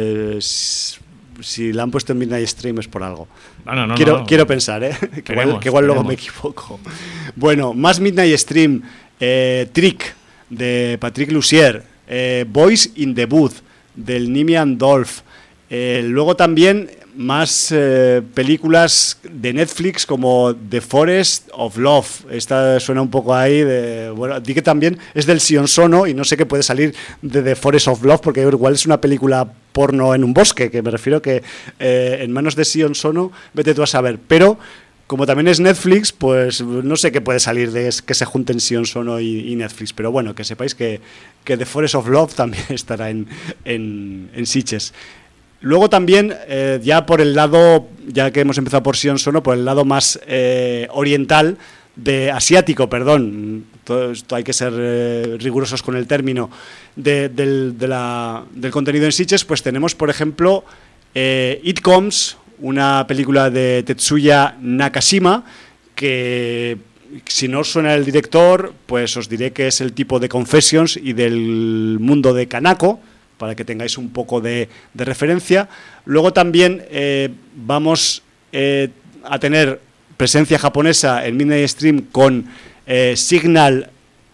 si la han puesto en Midnight Stream es por algo. Quiero pensar, que igual luego me equivoco. Bueno, más Midnight Stream, Trick, de Patrick Lussier, Boys in the Booth, del Nimian Dolph. Luego también más películas de Netflix como The Forest of Love. Esta suena un poco ahí de... Bueno, di que también es del Sion Sono y no sé qué puede salir de The Forest of Love porque igual es una película porno en un bosque, que me refiero que en manos de Sion Sono vete tú a saber. Pero como también es Netflix, pues no sé qué puede salir de que se junten Sion Sono y Netflix. Pero bueno, que sepáis que The Forest of Love también estará en Sitges. Luego también, ya por el lado, ya que hemos empezado por Sion Sono, por el lado más oriental, asiático, perdón, todo esto hay que ser rigurosos con el término, del contenido en Sitges, pues tenemos, por ejemplo, It Comes, una película de Tetsuya Nakashima, que si no os suena el director, pues os diré que es el tipo de Confessions y del mundo de Kanako, para que tengáis un poco de referencia. Luego también vamos a tener presencia japonesa en Midnight Stream con Signal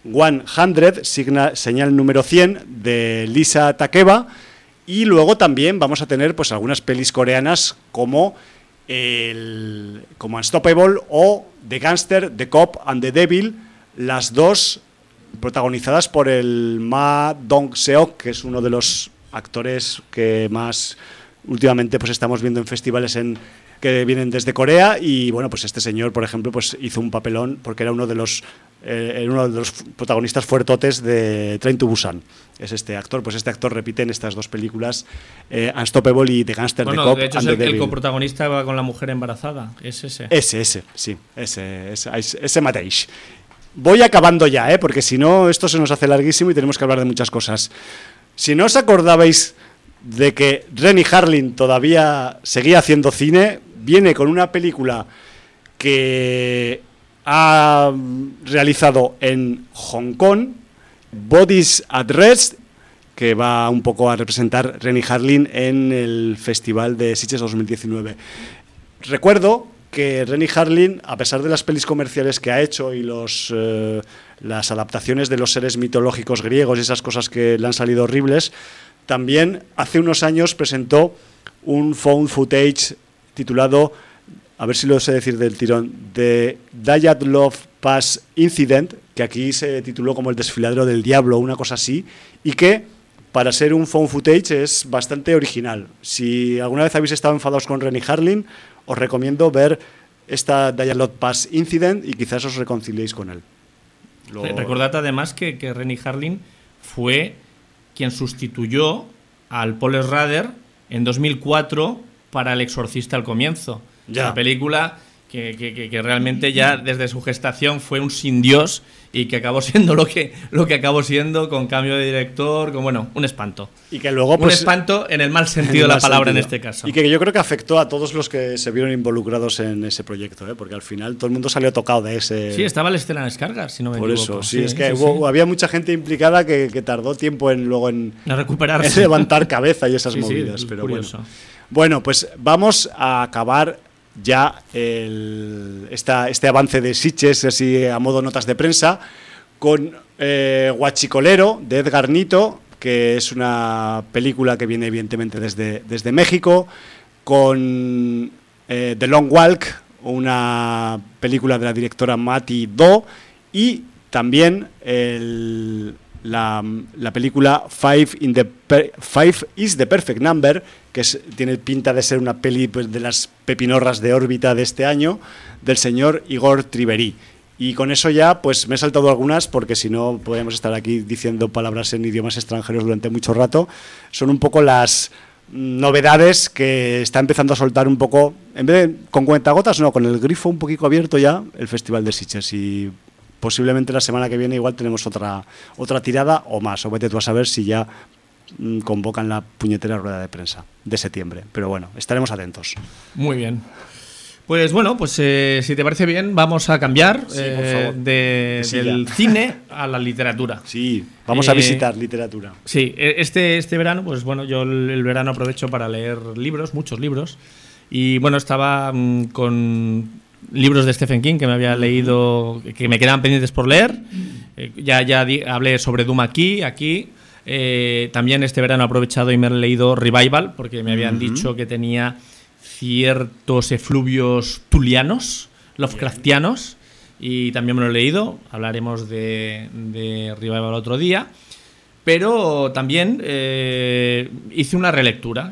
100, señal número 100, de Lisa Takeba. Y luego también vamos a tener pues algunas pelis coreanas como Unstoppable o The Gangster, The Cop and the Devil, las dos protagonizadas por el Ma Dong-seok, que es uno de los actores que más últimamente pues estamos viendo en festivales que vienen desde Corea. Y bueno, pues este señor, por ejemplo, pues hizo un papelón porque era uno de los protagonistas fuertotes de Train to Busan. Es este actor, pues este actor repite en estas dos películas, Unstoppable y The Gangster, The Cop de hecho and es the Devil. el coprotagonista va con la mujer embarazada, es ese. Ese mateix. Voy acabando ya, porque si no esto se nos hace larguísimo y tenemos que hablar de muchas cosas. Si no os acordabais de que Renny Harlin todavía seguía haciendo cine, viene con una película que ha realizado en Hong Kong, Bodies at Rest, que va un poco a representar Renny Harlin en el Festival de Sitges 2019. Recuerdo que Renny Harlin, a pesar de las pelis comerciales que ha hecho y las adaptaciones de los seres mitológicos griegos y esas cosas que le han salido horribles, también hace unos años presentó un found footage titulado, a ver si lo sé decir del tirón, The Dyatlov Pass Incident, que aquí se tituló como El desfiladero del diablo, una cosa así, y que para ser un found footage es bastante original. Si alguna vez habéis estado enfadados con Renny Harlin, os recomiendo ver esta Dyatlov Pass Incident y quizás os reconciliéis con él. Recordad además que Renny Harlin fue quien sustituyó al Paul Schrader en 2004 para El exorcista al comienzo. Ya. Una película que realmente ya desde su gestación fue un sin Dios y que acabó siendo lo que acabó siendo, con cambio de director, con un espanto. Y que luego un espanto en el mal sentido de la palabra en este caso. Y que yo creo que afectó a todos los que se vieron involucrados en ese proyecto, porque al final todo el mundo salió tocado de ese... Sí, estaba el Stellan Skarsgård, si no me equivoco. Por eso, sí, es que había mucha gente implicada que tardó tiempo en recuperarse, en levantar cabeza y esas movidas. Sí, pero curioso. Bueno, pues vamos a acabar ya este avance de Sitges, así a modo notas de prensa, con Huachicolero, de Edgar Nito, que es una película que viene evidentemente desde México, con The Long Walk, una película de la directora Mati Do, y también la película Five is the Perfect Number, que tiene pinta de ser una peli pues, de las pepinorras de órbita de este año, del señor Igor Triveri. Y con eso ya pues me he saltado algunas, porque si no podríamos estar aquí diciendo palabras en idiomas extranjeros durante mucho rato. Son un poco las novedades que está empezando a soltar un poco, en vez de con cuentagotas, no, con el grifo un poquito abierto ya, el Festival de Sitges. Y posiblemente la semana que viene igual tenemos otra tirada o más, o vete tú a saber si ya convocan la puñetera rueda de prensa de septiembre. Pero bueno, estaremos atentos. Muy bien. Pues bueno, pues si te parece bien, vamos a cambiar del cine a la literatura. Sí, vamos a visitar literatura. Sí, este verano, pues bueno, yo el verano aprovecho para leer libros, muchos libros. Y bueno, estaba con libros de Stephen King que me había leído, que me quedaban pendientes por leer. Ya hablé sobre Duma aquí. También este verano he aprovechado y me he leído Revival, porque me habían dicho que tenía ciertos efluvios tulianos, Lovecraftianos, y también me lo he leído. Hablaremos de Revival otro día. Pero también hice una relectura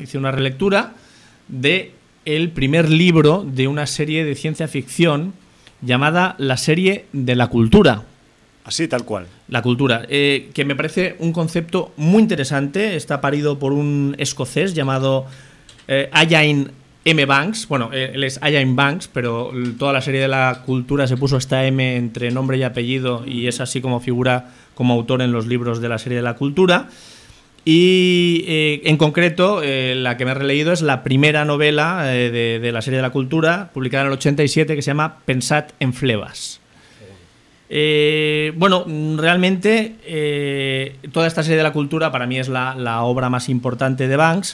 de el primer libro de una serie de ciencia ficción llamada La serie de la cultura. Así, tal cual. La cultura, que me parece un concepto muy interesante. Está parido por un escocés llamado Ian M. Banks. Bueno, él es Ian Banks, pero toda la serie de la cultura se puso esta M entre nombre y apellido, y es así como figura como autor en los libros de la serie de la cultura. Y en concreto, la que me he releído es la primera novela de la serie de la cultura, publicada en el 87, que se llama Pensad en Flebas. Bueno, realmente toda esta serie de la cultura para mí es la obra más importante de Banks,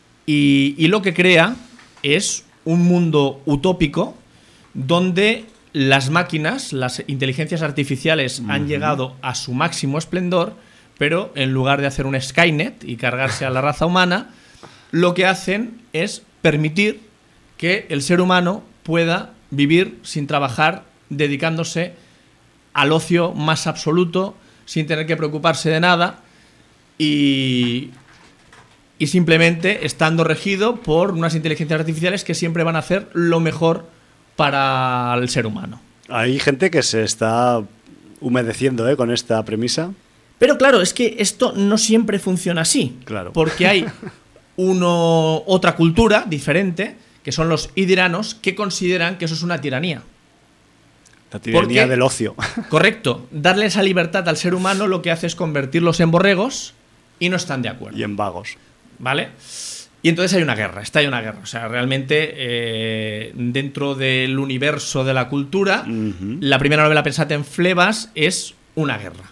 y lo que crea es un mundo utópico donde las máquinas, las inteligencias artificiales han llegado a su máximo esplendor, pero en lugar de hacer un Skynet y cargarse a la raza humana, lo que hacen es permitir que el ser humano pueda vivir sin trabajar, dedicándose al ocio más absoluto, sin tener que preocuparse de nada y simplemente estando regido por unas inteligencias artificiales que siempre van a hacer lo mejor para el ser humano. Hay gente que se está humedeciendo con esta premisa. Pero claro, es que esto no siempre funciona así. Claro. Porque hay otra cultura diferente, que son los idiranos, que consideran que eso es una tiranía. La tiranía del ocio. Correcto. Darle esa libertad al ser humano lo que hace es convertirlos en borregos y no están de acuerdo. Y en vagos. ¿Vale? Y entonces hay una guerra, está ahí una guerra. O sea, realmente dentro del universo de la cultura, la primera novela Pensate en Flebas es una guerra.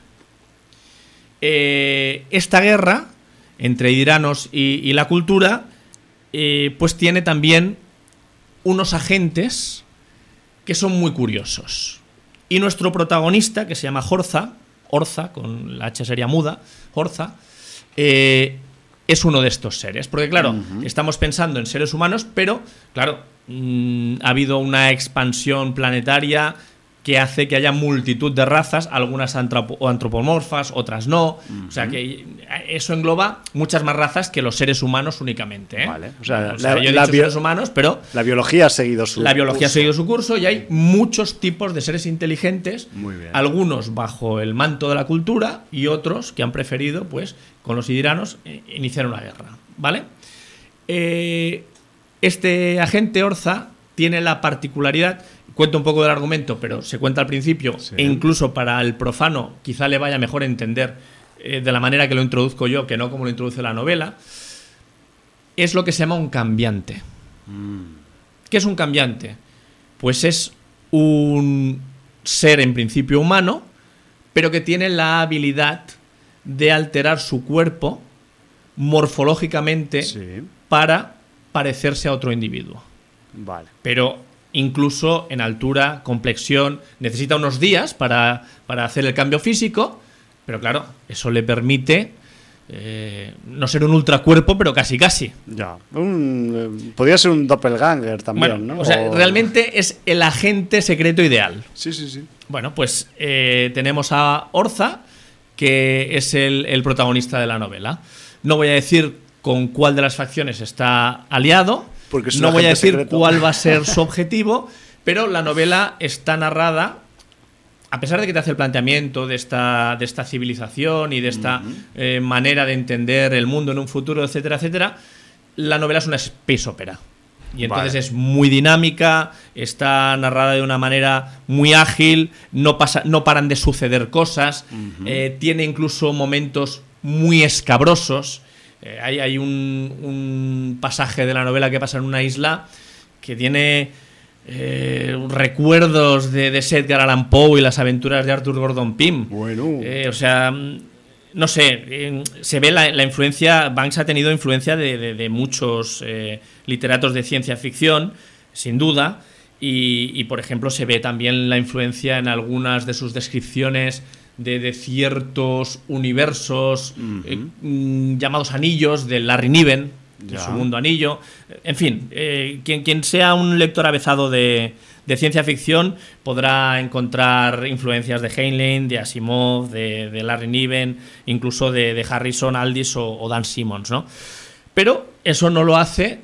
Esta guerra entre idiranos y la cultura pues tiene también unos agentes que son muy curiosos. Y nuestro protagonista, que se llama Orza, con la H sería muda, Orza, es uno de estos seres. Porque claro, estamos pensando en seres humanos, pero claro, ha habido una expansión planetaria que hace que haya multitud de razas, algunas antropomorfas, otras no. O sea, que eso engloba muchas más razas que los seres humanos únicamente. Vale. O sea, yo he dicho seres humanos, pero la biología ha seguido su curso y hay muchos tipos de seres inteligentes, algunos bajo el manto de la cultura y otros que han preferido, pues, con los idiranos, iniciar una guerra. ¿Vale? Este agente Orza tiene la particularidad... Cuento un poco del argumento, pero se cuenta al principio, e incluso para el profano quizá le vaya mejor entender de la manera que lo introduzco yo, que no como lo introduce la novela. Es lo que se llama un cambiante. ¿Qué es un cambiante? Pues es un ser en principio humano, pero que tiene la habilidad de alterar su cuerpo morfológicamente para parecerse a otro individuo. Vale. Pero incluso en altura, complexión, necesita unos días para hacer el cambio físico, pero claro, eso le permite no ser un ultracuerpo, pero casi. Ya. Podría ser un doppelganger también, bueno, ¿no? O sea, realmente es el agente secreto ideal. Sí. Bueno, pues tenemos a Orza, que es el protagonista de la novela. No voy a decir con cuál de las facciones está aliado, no voy a decir secreto. Cuál va a ser su objetivo, pero la novela está narrada, a pesar de que te hace el planteamiento de esta civilización y de esta manera de entender el mundo en un futuro, etcétera, etcétera, la novela es una space opera. Y entonces es muy dinámica, está narrada de una manera muy ágil, no paran de suceder cosas, tiene incluso momentos muy escabrosos. Hay un pasaje de la novela que pasa en una isla que tiene recuerdos de Edgar Allan Poe y las aventuras de Arthur Gordon Pym. Bueno. O sea, no sé, se ve la influencia. Banks ha tenido influencia de muchos literatos de ciencia ficción, sin duda, y por ejemplo se ve también la influencia en algunas de sus descripciones de ciertos universos llamados anillos de Larry Niven, de su mundo anillo. En fin, quien sea un lector avezado de ciencia ficción podrá encontrar influencias de Heinlein, de Asimov, de Larry Niven, incluso de Harrison, Aldis o Dan Simmons, ¿no? Pero eso no lo hace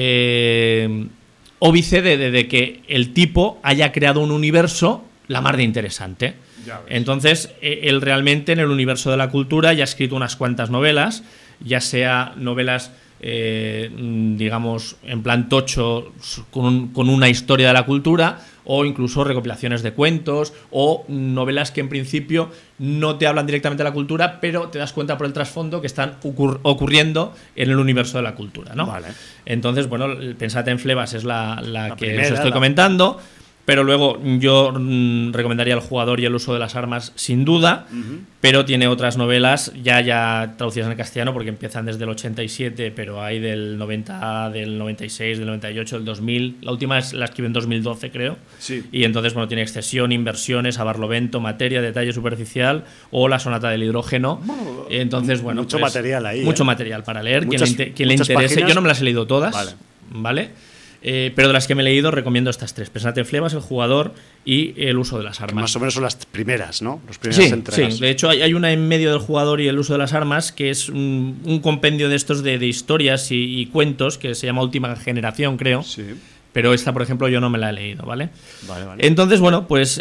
óbice de que el tipo haya creado un universo la mar de interesante. Entonces, él realmente en el universo de la cultura ya ha escrito unas cuantas novelas, ya sea novelas, digamos, en plan tocho, con una historia de la cultura, o incluso recopilaciones de cuentos, o novelas que en principio no te hablan directamente de la cultura, pero te das cuenta por el trasfondo que están ocurriendo en el universo de la cultura, ¿no? Vale. Entonces, bueno, Pensate en Flebas es la que primera, os estoy comentando. Pero luego yo recomendaría al jugador y el uso de las armas sin duda, pero tiene otras novelas ya traducidas en castellano porque empiezan desde el 87, pero hay del 90, del 96, del 98, del 2000. La última la escribió en 2012, creo. Sí. Y entonces, bueno, tiene Excesión, Inversiones, A Barlovento, Materia, Detalle Superficial o La Sonata del Hidrógeno. Entonces, bueno, mucho pues, material ahí. Mucho material para leer. Muchas, quien le interese. páginas. Yo no me las he leído todas, ¿vale? Pero de las que me he leído recomiendo estas tres: Pensate en Flebas, El jugador y El uso de las armas. Más o menos son las primeras, ¿no? Las primeras entregas. Sí, de hecho hay una en medio del jugador y El uso de las armas que es un compendio de estos de historias y cuentos que se llama Última Generación, creo. Sí. Pero esta, por ejemplo, yo no me la he leído, ¿vale? Vale, vale. Entonces, bueno, pues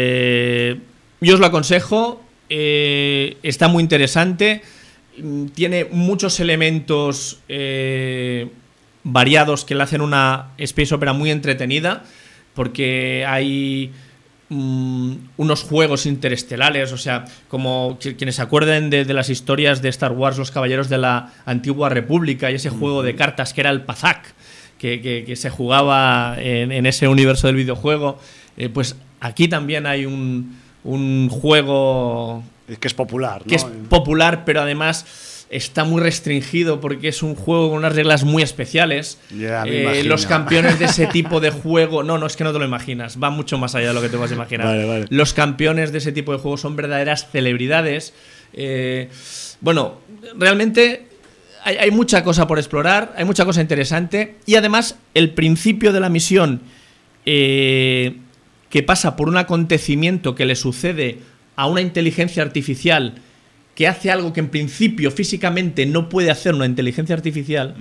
yo os lo aconsejo. Está muy interesante. Tiene muchos elementos variados que le hacen una space opera muy entretenida, porque hay unos juegos interestelares, o sea, como quienes se acuerden de las historias de Star Wars, los Caballeros de la Antigua República y ese juego de cartas que era el Pazaak, que se jugaba en ese universo del videojuego, pues aquí también hay un juego que es popular, ¿no? Que es popular, pero además está muy restringido porque es un juego con unas reglas muy especiales. Los campeones de ese tipo de juego... No, es que no te lo imaginas. Va mucho más allá de lo que te vas a imaginar. Vale. Los campeones de ese tipo de juego son verdaderas celebridades. Bueno, realmente hay mucha cosa por explorar, hay mucha cosa interesante. Y además, el principio de la misión, que pasa por un acontecimiento que le sucede a una inteligencia artificial que hace algo que en principio físicamente no puede hacer una inteligencia artificial,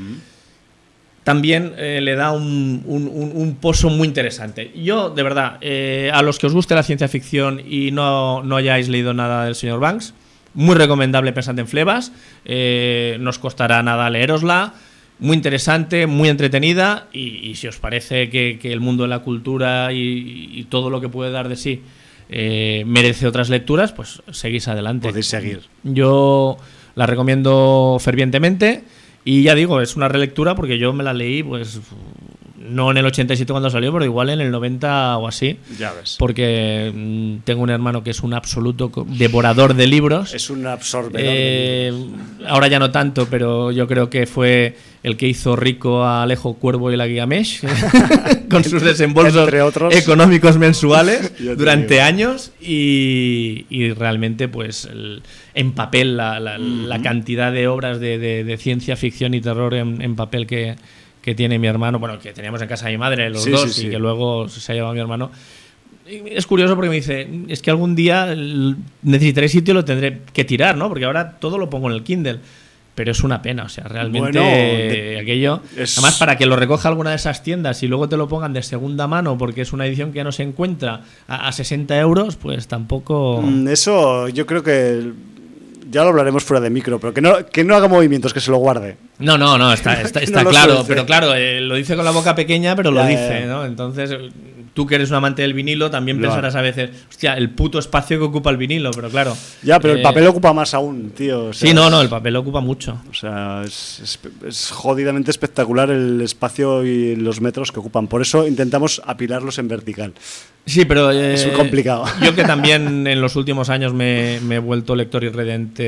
también le da un pozo muy interesante. Yo, de verdad, a los que os guste la ciencia ficción y no hayáis leído nada del señor Banks, muy recomendable Pensate en Flebas, no os costará nada leerosla, muy interesante, muy entretenida, y si os parece que el mundo de la cultura y todo lo que puede dar de sí merece otras lecturas, pues seguís adelante. Podéis seguir. Yo la recomiendo fervientemente y ya digo, es una relectura porque yo me la leí, pues no en el 87 cuando salió, pero igual en el 90 o así. Ya ves. Porque tengo un hermano que es un absoluto devorador de libros. Es un absorbedor. Ahora ya no tanto, pero yo creo que fue el que hizo rico a Alejo Cuervo y la Guiamesh con sus desembolsos económicos mensuales durante años y realmente pues en papel la cantidad de obras de ciencia ficción y terror en papel que tiene mi hermano, bueno, que teníamos en casa de mi madre los dos y que luego se ha llevado mi hermano. Es curioso porque me dice, es que algún día necesitaré sitio y lo tendré que tirar, ¿no? Porque ahora todo lo pongo en el Kindle. Pero es una pena, o sea, realmente aquello... Además, para que lo recoja alguna de esas tiendas y luego te lo pongan de segunda mano porque es una edición que ya no se encuentra a 60 euros, pues tampoco... Eso yo creo que... Ya lo hablaremos fuera de micro, pero que no haga movimientos, que se lo guarde. No, está no claro, pero claro, lo dice con la boca pequeña, pero lo dice, ¿no? Entonces, tú que eres un amante del vinilo, también pensarás a veces, hostia, el puto espacio que ocupa el vinilo, pero claro. Ya, pero el papel ocupa más aún, tío. O sea, sí, no, el papel ocupa mucho. O sea, es jodidamente espectacular el espacio y los metros que ocupan. Por eso intentamos apilarlos en vertical. Sí, pero es muy complicado. Yo que también en los últimos años me he vuelto lector irredento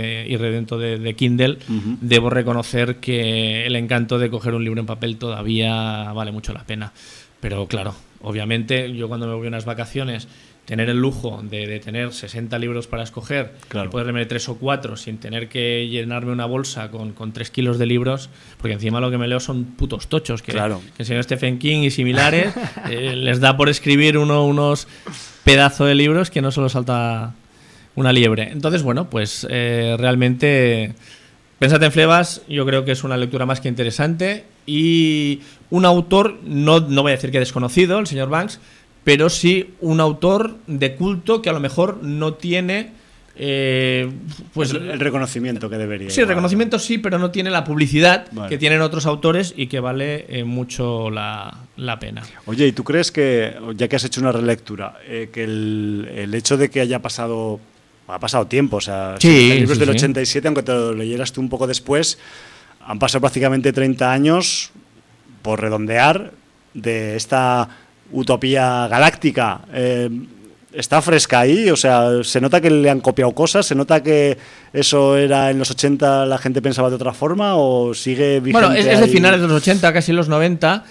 de Kindle, debo reconocer que el encanto de coger un libro en papel todavía vale mucho la pena. Pero claro, obviamente yo cuando me voy a unas vacaciones, tener el lujo de tener 60 libros para escoger y poder leer 3 o 4 sin tener que llenarme una bolsa con 3 kilos de libros, porque encima lo que me leo son putos tochos, que el señor Stephen King y similares les da por escribir unos pedazos de libros que no solo salta una liebre. Entonces, bueno, pues realmente Pensate en Flebas, yo creo que es una lectura más que interesante y un autor, no voy a decir que desconocido, el señor Banks, pero sí un autor de culto que a lo mejor no tiene pues el reconocimiento que debería. Sí, el reconocimiento sí, pero no tiene la publicidad que tienen otros autores y que vale mucho la pena. Oye, ¿y tú crees que, ya que has hecho una relectura, que el hecho de que haya pasado... Ha pasado tiempo, o sea, el libro es del 87, aunque te lo leyeras tú un poco después, han pasado prácticamente 30 años, por redondear, de esta utopía galáctica, ¿está fresca ahí? O sea, ¿se nota que le han copiado cosas? ¿Se nota que eso era en los 80, la gente pensaba de otra forma? ¿O sigue vigente? Bueno, es de finales de los 80, casi los 90,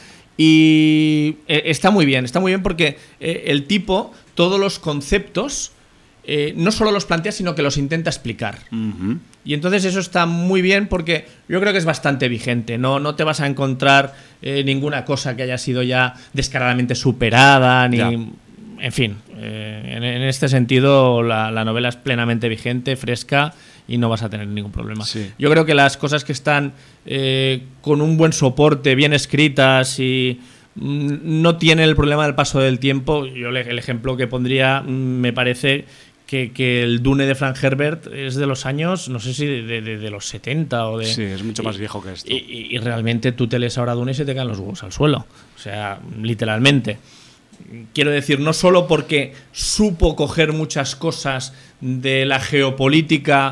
y está muy bien porque el tipo, todos los conceptos, no solo los plantea, sino que los intenta explicar. Y entonces eso está muy bien porque yo creo que es bastante vigente. No te vas a encontrar ninguna cosa que haya sido ya descaradamente superada, ni... Ya. En fin, en este sentido la novela es plenamente vigente, fresca, y no vas a tener ningún problema. Sí. Yo creo que las cosas que están con un buen soporte, bien escritas y no tienen el problema del paso del tiempo. Yo el ejemplo que pondría, me parece que el Dune de Frank Herbert es de los años, no sé si de los 70 o de... Sí, es mucho más viejo que esto. Y realmente tú te lees ahora Dune y se te caen los huevos al suelo. O sea, literalmente. Quiero decir, no solo porque supo coger muchas cosas de la geopolítica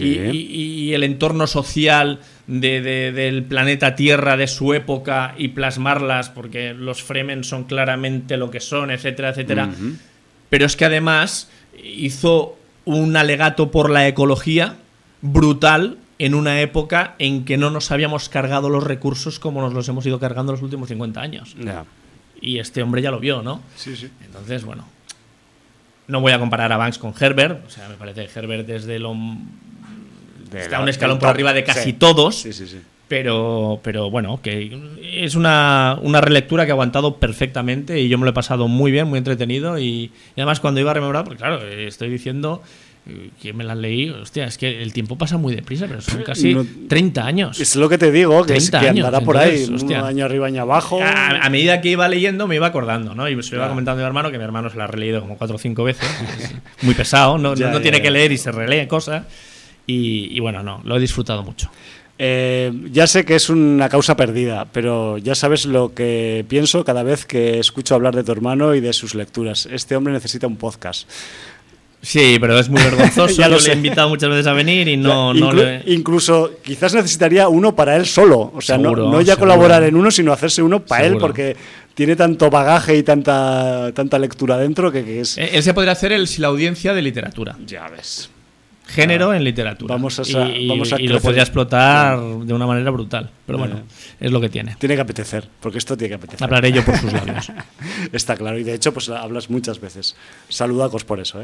y el entorno social del planeta Tierra de su época y plasmarlas, porque los Fremen son claramente lo que son, etcétera, etcétera. Pero es que además hizo un alegato por la ecología brutal en una época en que no nos habíamos cargado los recursos como nos los hemos ido cargando los últimos 50 años. Yeah. Y este hombre ya lo vio, ¿no? Sí, sí. Entonces, bueno, no voy a comparar a Banks con Herbert. O sea, me parece que Herbert es está un escalón por arriba de casi todos. Sí, sí, sí. Pero bueno, que es una relectura que ha aguantado perfectamente y yo me lo he pasado muy bien, muy entretenido. Y además cuando iba a rememorar, porque claro, estoy diciendo... que me las leí, hostia, es que el tiempo pasa muy deprisa, pero son casi 30 años. Es lo que te digo, que, es que andará años, por ahí, hostia, un año arriba, año abajo. A medida que iba leyendo me iba acordando, ¿no? Y se lo iba comentando a mi hermano, que mi hermano se la ha releído como 4 o 5 veces. Es muy pesado, no tiene que leer y se relee cosas. Y bueno, no, lo he disfrutado mucho. Ya sé que es una causa perdida, pero ya sabes lo que pienso cada vez que escucho hablar de tu hermano y de sus lecturas. Este hombre necesita un podcast. Sí, pero es muy vergonzoso. Yo le he invitado muchas veces a venir y incluso quizás necesitaría uno para él solo. O sea, seguro, no ya colaborar en uno, sino hacerse uno para él, porque tiene tanto bagaje y tanta lectura dentro que es... Él se podría hacer la audiencia de literatura. Ya ves. Género en literatura. Vamos a y lo podría explotar de una manera brutal. Pero bueno, es lo que tiene. Tiene que apetecer, porque esto tiene que apetecer. Hablaré yo por sus labios. Está claro, y de hecho pues hablas muchas veces. Saludacos por eso, ¿eh?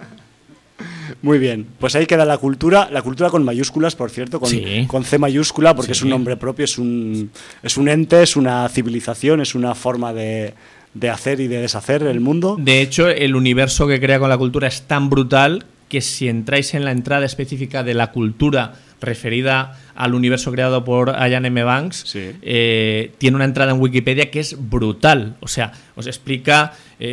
Muy bien, pues ahí queda la cultura con mayúsculas, por cierto, con C mayúscula, porque es un nombre propio, es un ente, es una civilización, es una forma de hacer y de deshacer el mundo. De hecho, el universo que crea con la cultura es tan brutal que si entráis en la entrada específica de la cultura referida al universo creado por Ian M. Banks, tiene una entrada en Wikipedia que es brutal. O sea, os explica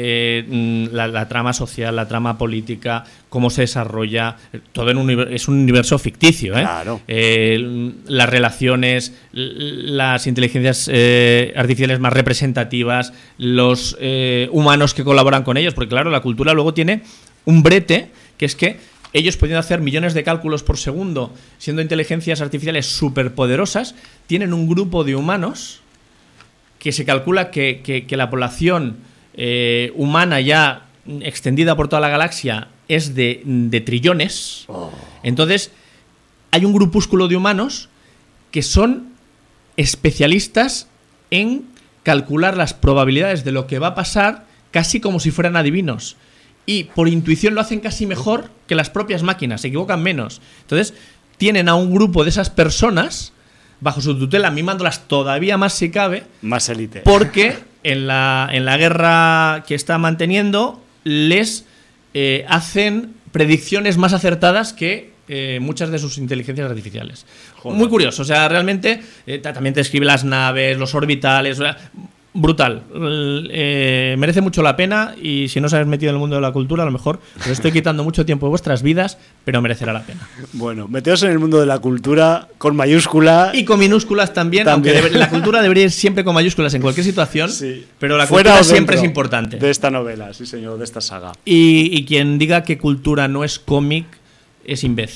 la trama social, la trama política, cómo se desarrolla. Todo es un universo ficticio, ¿eh? Claro. Las relaciones, las inteligencias artificiales más representativas, los humanos que colaboran con ellos. Porque claro, la cultura luego tiene un brete, que es que ellos pudiendo hacer millones de cálculos por segundo, siendo inteligencias artificiales superpoderosas, tienen un grupo de humanos que se calcula que la población humana ya extendida por toda la galaxia es de trillones. Entonces, hay un grupúsculo de humanos que son especialistas en calcular las probabilidades de lo que va a pasar casi como si fueran adivinos. Y por intuición lo hacen casi mejor que las propias máquinas, se equivocan menos. Entonces, tienen a un grupo de esas personas bajo su tutela, mimándolas todavía más si cabe. Más élite. Porque en la guerra que está manteniendo les hacen predicciones más acertadas que muchas de sus inteligencias artificiales. Joder. Muy curioso, o sea, realmente también te escribe las naves, los orbitales... Brutal, merece mucho la pena y si no os habéis metido en el mundo de la cultura a lo mejor os estoy quitando mucho tiempo de vuestras vidas, pero merecerá la pena. Bueno, meteos en el mundo de la cultura con mayúscula y con minúsculas también. Aunque la cultura debería ir siempre con mayúsculas en cualquier situación, sí. Pero la cultura siempre es importante. De esta novela, sí señor, de esta saga. Y quien diga que cultura no es cómic es imbécil.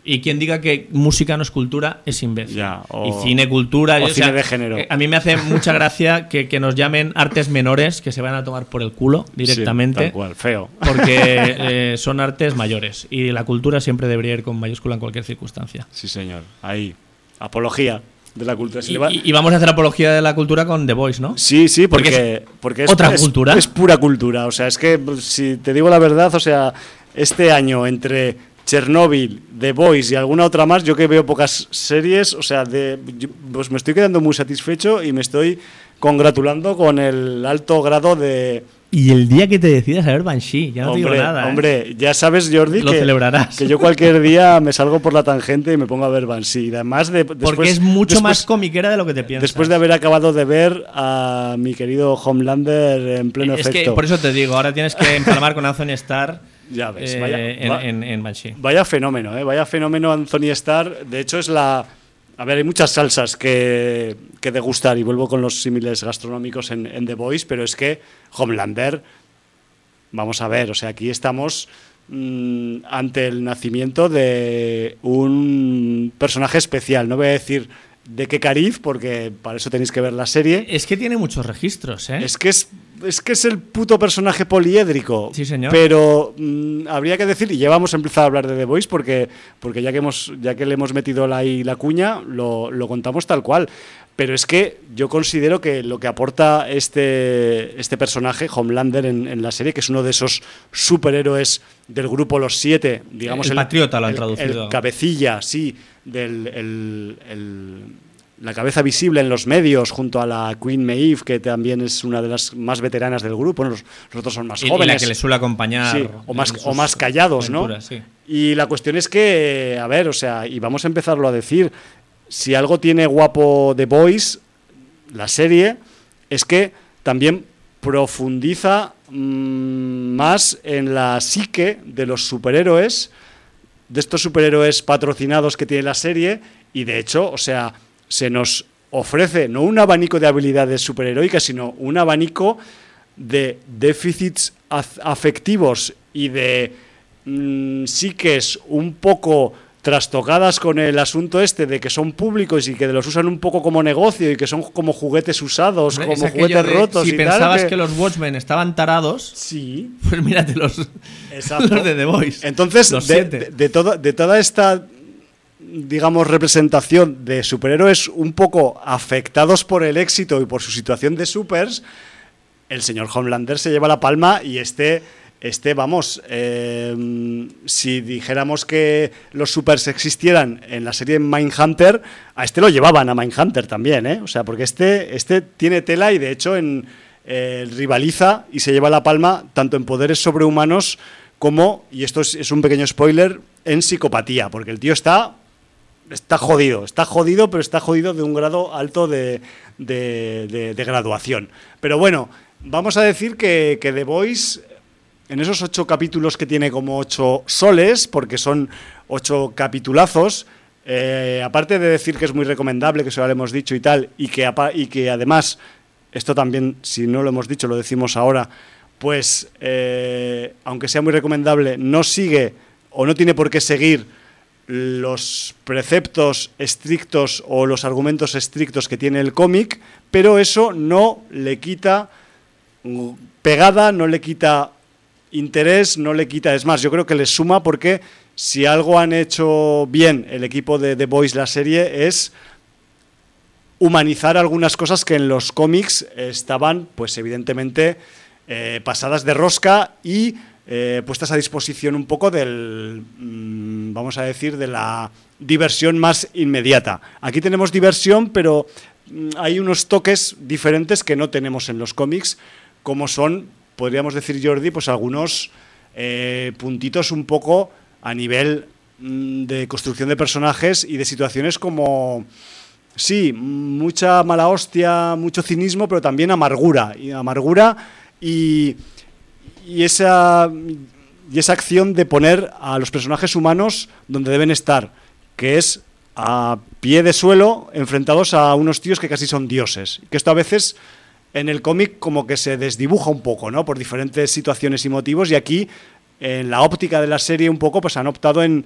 Y quien diga que música no es cultura es imbécil. Ya, y cine cultura. O cine de género. A mí me hace mucha gracia que nos llamen artes menores, que se van a tomar por el culo directamente. Sí, tal cual, feo. Porque son artes mayores. Y la cultura siempre debería ir con mayúscula en cualquier circunstancia. Sí, señor. Ahí. Apología de la cultura. Y vamos a hacer apología de la cultura con The Voice, ¿no? Sí, porque es otra cultura. Es pura cultura. O sea, es que, si te digo la verdad, o sea, este año entre Chernobyl, The Voice y alguna otra más, yo que veo pocas series, o sea, pues me estoy quedando muy satisfecho y me estoy congratulando con el alto grado de... Y el día que te decidas a ver Banshee, ya no te digo nada. Hombre, ya sabes, Jordi, lo celebrarás. Que yo cualquier día me salgo por la tangente y me pongo a ver Banshee. Y además porque es mucho más comiquera de lo que te piensas. Después de haber acabado de ver a mi querido Homelander en pleno efecto. Es que por eso te digo, ahora tienes que empalmar con Anthony Starr. Ya ves, en Banshee. Vaya fenómeno, vaya fenómeno Anthony Starr. De hecho, es la... A ver, hay muchas salsas que degustar, y vuelvo con los símiles gastronómicos en The Voice, pero es que Homelander, vamos a ver, o sea, aquí estamos ante el nacimiento de un personaje especial. No voy a decir de qué cariz, porque para eso tenéis que ver la serie. Es que tiene muchos registros, ¿eh? Es que es el puto personaje poliédrico. Sí, señor. Pero habría que decir, y ya vamos a empezar a hablar de The Voice, porque ya que le hemos metido la cuña, lo contamos tal cual. Pero es que yo considero que lo que aporta este personaje, Homelander, en la serie, que es uno de esos superhéroes del grupo Los Siete, digamos... El patriota lo han traducido. El cabecilla, sí, la cabeza visible en los medios, junto a la Queen Maeve, que también es una de las más veteranas del grupo. Los otros son más jóvenes. Y la que le suele acompañar. Sí, o más callados, aventuras, ¿no? Sí. Y la cuestión es que, a ver, o sea, y vamos a empezarlo a decir, si algo tiene guapo The Voice, la serie, es que también profundiza más en la psique de los superhéroes, de estos superhéroes patrocinados que tiene la serie, y de hecho, o sea, se nos ofrece no un abanico de habilidades superheroicas, sino un abanico de déficits afectivos y de psiques un poco trastocadas con el asunto este de que son públicos y que los usan un poco como negocio y que son como juguetes usados, como juguetes rotos. Si pensabas que los Watchmen estaban tarados, sí, pues mírate los de The Voice. Entonces, de toda esta, digamos, representación de superhéroes un poco afectados por el éxito y por su situación de supers, el señor Homelander se lleva la palma. Y vamos, si dijéramos que los supers existieran en la serie Mindhunter, a lo llevaban a Mindhunter también, ¿eh? O sea, porque este tiene tela, y de hecho rivaliza y se lleva la palma tanto en poderes sobrehumanos como, y esto es un pequeño spoiler, en psicopatía, porque el tío está jodido, pero está jodido de un grado alto de graduación. Pero bueno, vamos a decir que The Voice, en esos 8 capítulos que tiene, como 8 soles, porque son 8 capitulazos, aparte de decir que es muy recomendable, que eso ya lo hemos dicho y tal, y que además, esto también, si no lo hemos dicho, lo decimos ahora, pues, aunque sea muy recomendable, no sigue o no tiene por qué seguir los preceptos estrictos o los argumentos estrictos que tiene el cómic, pero eso no le quita pegada, no le quita interés, no le quita, es más, yo creo que le suma, porque si algo han hecho bien el equipo de The Voice, la serie, es humanizar algunas cosas que en los cómics estaban, pues evidentemente, pasadas de rosca y puestas a disposición un poco vamos a decir, de la diversión más inmediata. Aquí tenemos diversión, pero hay unos toques diferentes que no tenemos en los cómics, como son, podríamos decir, Jordi, pues algunos puntitos un poco a nivel de construcción de personajes y de situaciones como, sí, mucha mala hostia, mucho cinismo, pero también amargura y esa acción de poner a los personajes humanos donde deben estar, que es a pie de suelo, enfrentados a unos tíos que casi son dioses. Que esto a veces en el cómic como que se desdibuja un poco, ¿no? Por diferentes situaciones y motivos, y aquí en la óptica de la serie un poco, pues han optado en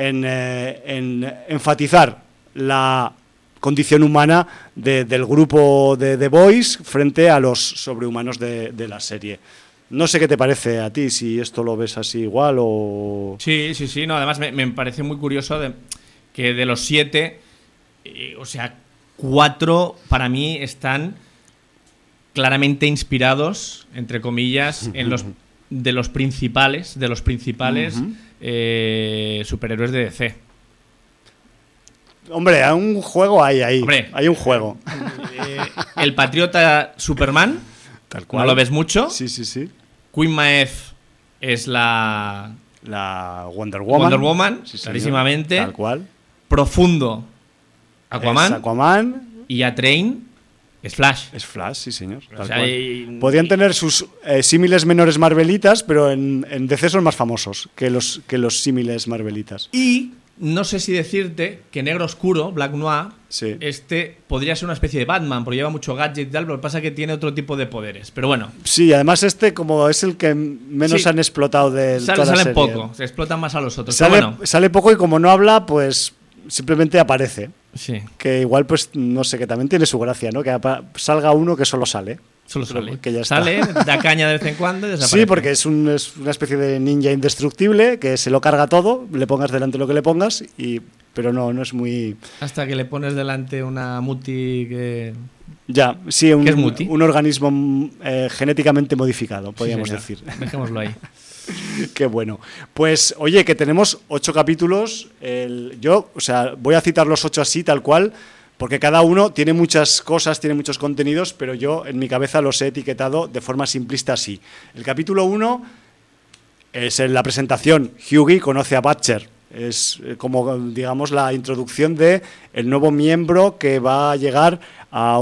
enfatizar la condición humana del grupo de The Boys frente a los sobrehumanos de la serie. No sé qué te parece a ti, si esto lo ves así igual o... Sí, no, además me parece muy curioso que de los 7, o sea, 4 para mí están claramente inspirados, entre comillas, en de los principales superhéroes de DC. Hombre, hay un juego ahí. Hombre, hay un juego. El Patriota Superman, tal cual. ¿No lo ves mucho? Sí. Queen Maeve es la Wonder Woman, sí, clarísimamente. Tal cual. Profundo, Aquaman. Es Aquaman. Y A-Train es Flash. Es Flash, sí, señor. O sea, podrían tener sus símiles menores marvelitas, pero en DC son más famosos que los símiles marvelitas. Y no sé si decirte que Negro Oscuro, Black Noir, sí, podría ser una especie de Batman, porque lleva mucho gadget y tal, pero lo que pasa es que tiene otro tipo de poderes. Pero bueno. Sí, además como es el que menos han explotado de toda la serie. Sale poco, se explotan más a los otros. Sale poco y como no habla, pues simplemente aparece. Sí. Que igual, pues, no sé, que también tiene su gracia, ¿no? Que salga uno que solo sale. Que ya sale, da caña de vez en cuando y desaparece. Sí, porque es una especie de ninja indestructible que se lo carga todo, le pongas delante lo que le pongas, pero no es muy... Hasta que le pones delante una muti que... Ya, sí, ¿Qué es muti? Un organismo genéticamente modificado, podríamos decir. Dejémoslo ahí. Qué bueno. Pues, oye, que tenemos 8 capítulos. Voy a citar los 8 así, tal cual, porque cada uno tiene muchas cosas, tiene muchos contenidos, pero yo en mi cabeza los he etiquetado de forma simplista así. El capítulo 1 es en la presentación. Hughie conoce a Butcher. Es como, digamos, la introducción de el nuevo miembro que va a llegar a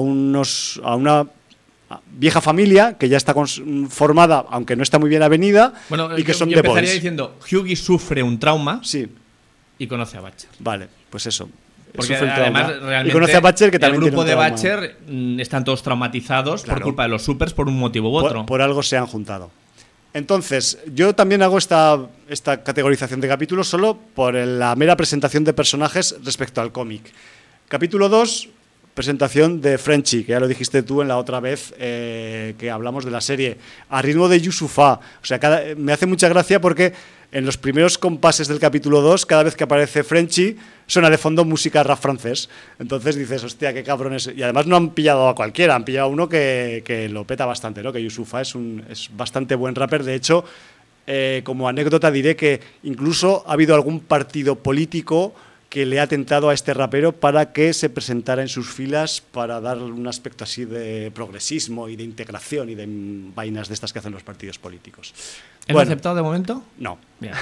una vieja familia que ya está formada, aunque no está muy bien avenida, y que son yo The empezaría Boys. diciendo, Hughie sufre un trauma, sí, y conoce a Butcher. Vale, pues eso. Porque además realmente y conoce a Butcher, que también el grupo tiene un de Butcher están todos traumatizados, claro, por culpa de los supers, por un motivo u otro. Por algo se han juntado. Entonces, yo también hago esta categorización de capítulos solo por la mera presentación de personajes respecto al cómic. Capítulo 2, presentación de Frenchy, que ya lo dijiste tú en la otra vez que hablamos de la serie, a ritmo de Yusufa. O sea, me hace mucha gracia porque en los primeros compases del capítulo 2, cada vez que aparece Frenchy, suena de fondo música rap francés. Entonces dices, hostia, qué cabrones. Y además no han pillado a cualquiera, han pillado a uno que lo peta bastante, ¿no? Que Yusufa es bastante buen rapper. De hecho, como anécdota diré que incluso ha habido algún partido político que le ha tentado a este rapero para que se presentara en sus filas para darle un aspecto así de progresismo y de integración y de vainas de estas que hacen los partidos políticos. ¿Has aceptado de momento? No. Bien.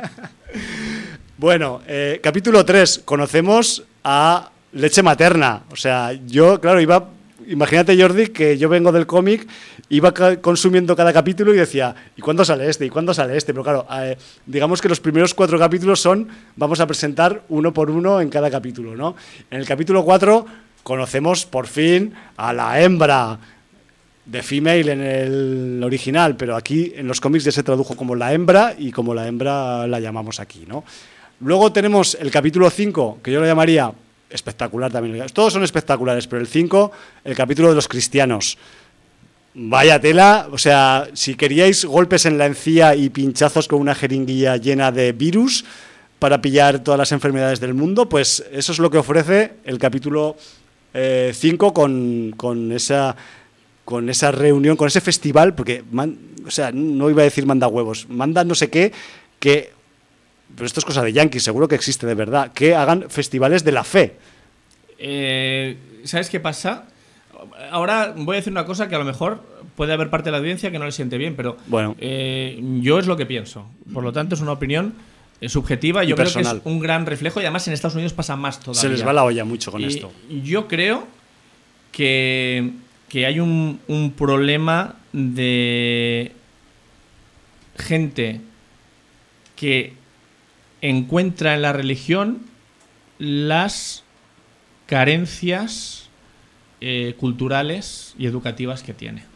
Bueno, capítulo 3. Conocemos a Leche Materna. O sea, yo, claro, imagínate, Jordi, que yo vengo del cómic, iba consumiendo cada capítulo y decía, ¿y cuándo sale este? ¿Y cuándo sale este? Pero claro, digamos que los primeros 4 capítulos vamos a presentar uno por uno en cada capítulo, ¿no? En el capítulo 4 conocemos por fin a la hembra de Female en el original, pero aquí en los cómics ya se tradujo como la hembra y como la hembra la llamamos aquí, ¿no? Luego tenemos el capítulo 5, que yo lo llamaría espectacular también. Todos son espectaculares, pero el 5, el capítulo de los cristianos. Vaya tela, o sea, si queríais golpes en la encía y pinchazos con una jeringuilla llena de virus para pillar todas las enfermedades del mundo, pues eso es lo que ofrece el capítulo 5 con esa reunión, con ese festival, porque, o sea, no iba a decir manda huevos, manda no sé qué, pero esto es cosa de yankees, seguro que existe de verdad, que hagan festivales de la fe. ¿Sabes qué pasa? Ahora voy a decir una cosa que a lo mejor puede haber parte de la audiencia que no le siente bien, pero bueno, yo es lo que pienso. Por lo tanto, es una opinión subjetiva. Yo creo que es un gran reflejo y además en Estados Unidos pasa más todavía. Se les va la olla mucho con esto. Yo creo que hay un problema de gente que encuentra en la religión las carencias culturales y educativas que tiene.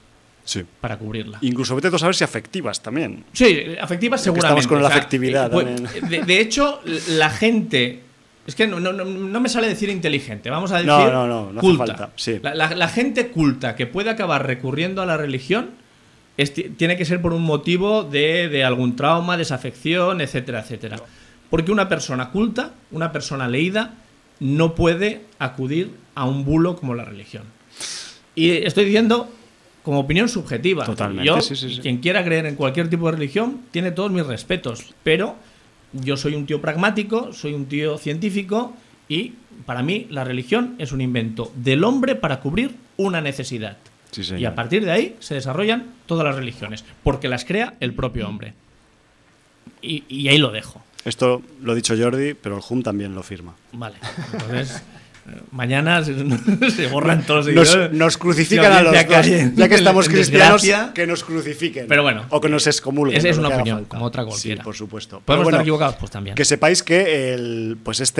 Sí. para cubrirla. Incluso vete tú a saber si afectivas también. Sí, afectivas seguramente. Estamos con la afectividad también. De hecho, la gente... Es que no me sale decir inteligente, vamos a decir no culta. hace falta. Sí. La gente culta que puede acabar recurriendo a la religión tiene que ser por un motivo de algún trauma, desafección, etcétera, etcétera. Porque una persona culta, una persona leída, no puede acudir a un bulo como la religión. Y estoy diciendo como opinión subjetiva. Totalmente. Yo, Sí. quien quiera creer en cualquier tipo de religión, tiene todos mis respetos. Pero yo soy un tío pragmático, soy un tío científico y para mí la religión es un invento del hombre para cubrir una necesidad. Sí, señor. Y a partir de ahí se desarrollan todas las religiones, porque las crea el propio hombre. Y ahí lo dejo. Esto lo ha dicho Jordi, pero el HUM también lo firma. Vale, entonces mañana se borran todos los Nos crucifican a los dos. Ya que estamos cristianos, que nos crucifiquen. Pero bueno, o que nos excomulguen. Esa es una lo que haga opinión, falta. como otra cualquiera. Sí, por supuesto. ¿Podemos Pero estar equivocados? Pues también. Que sepáis que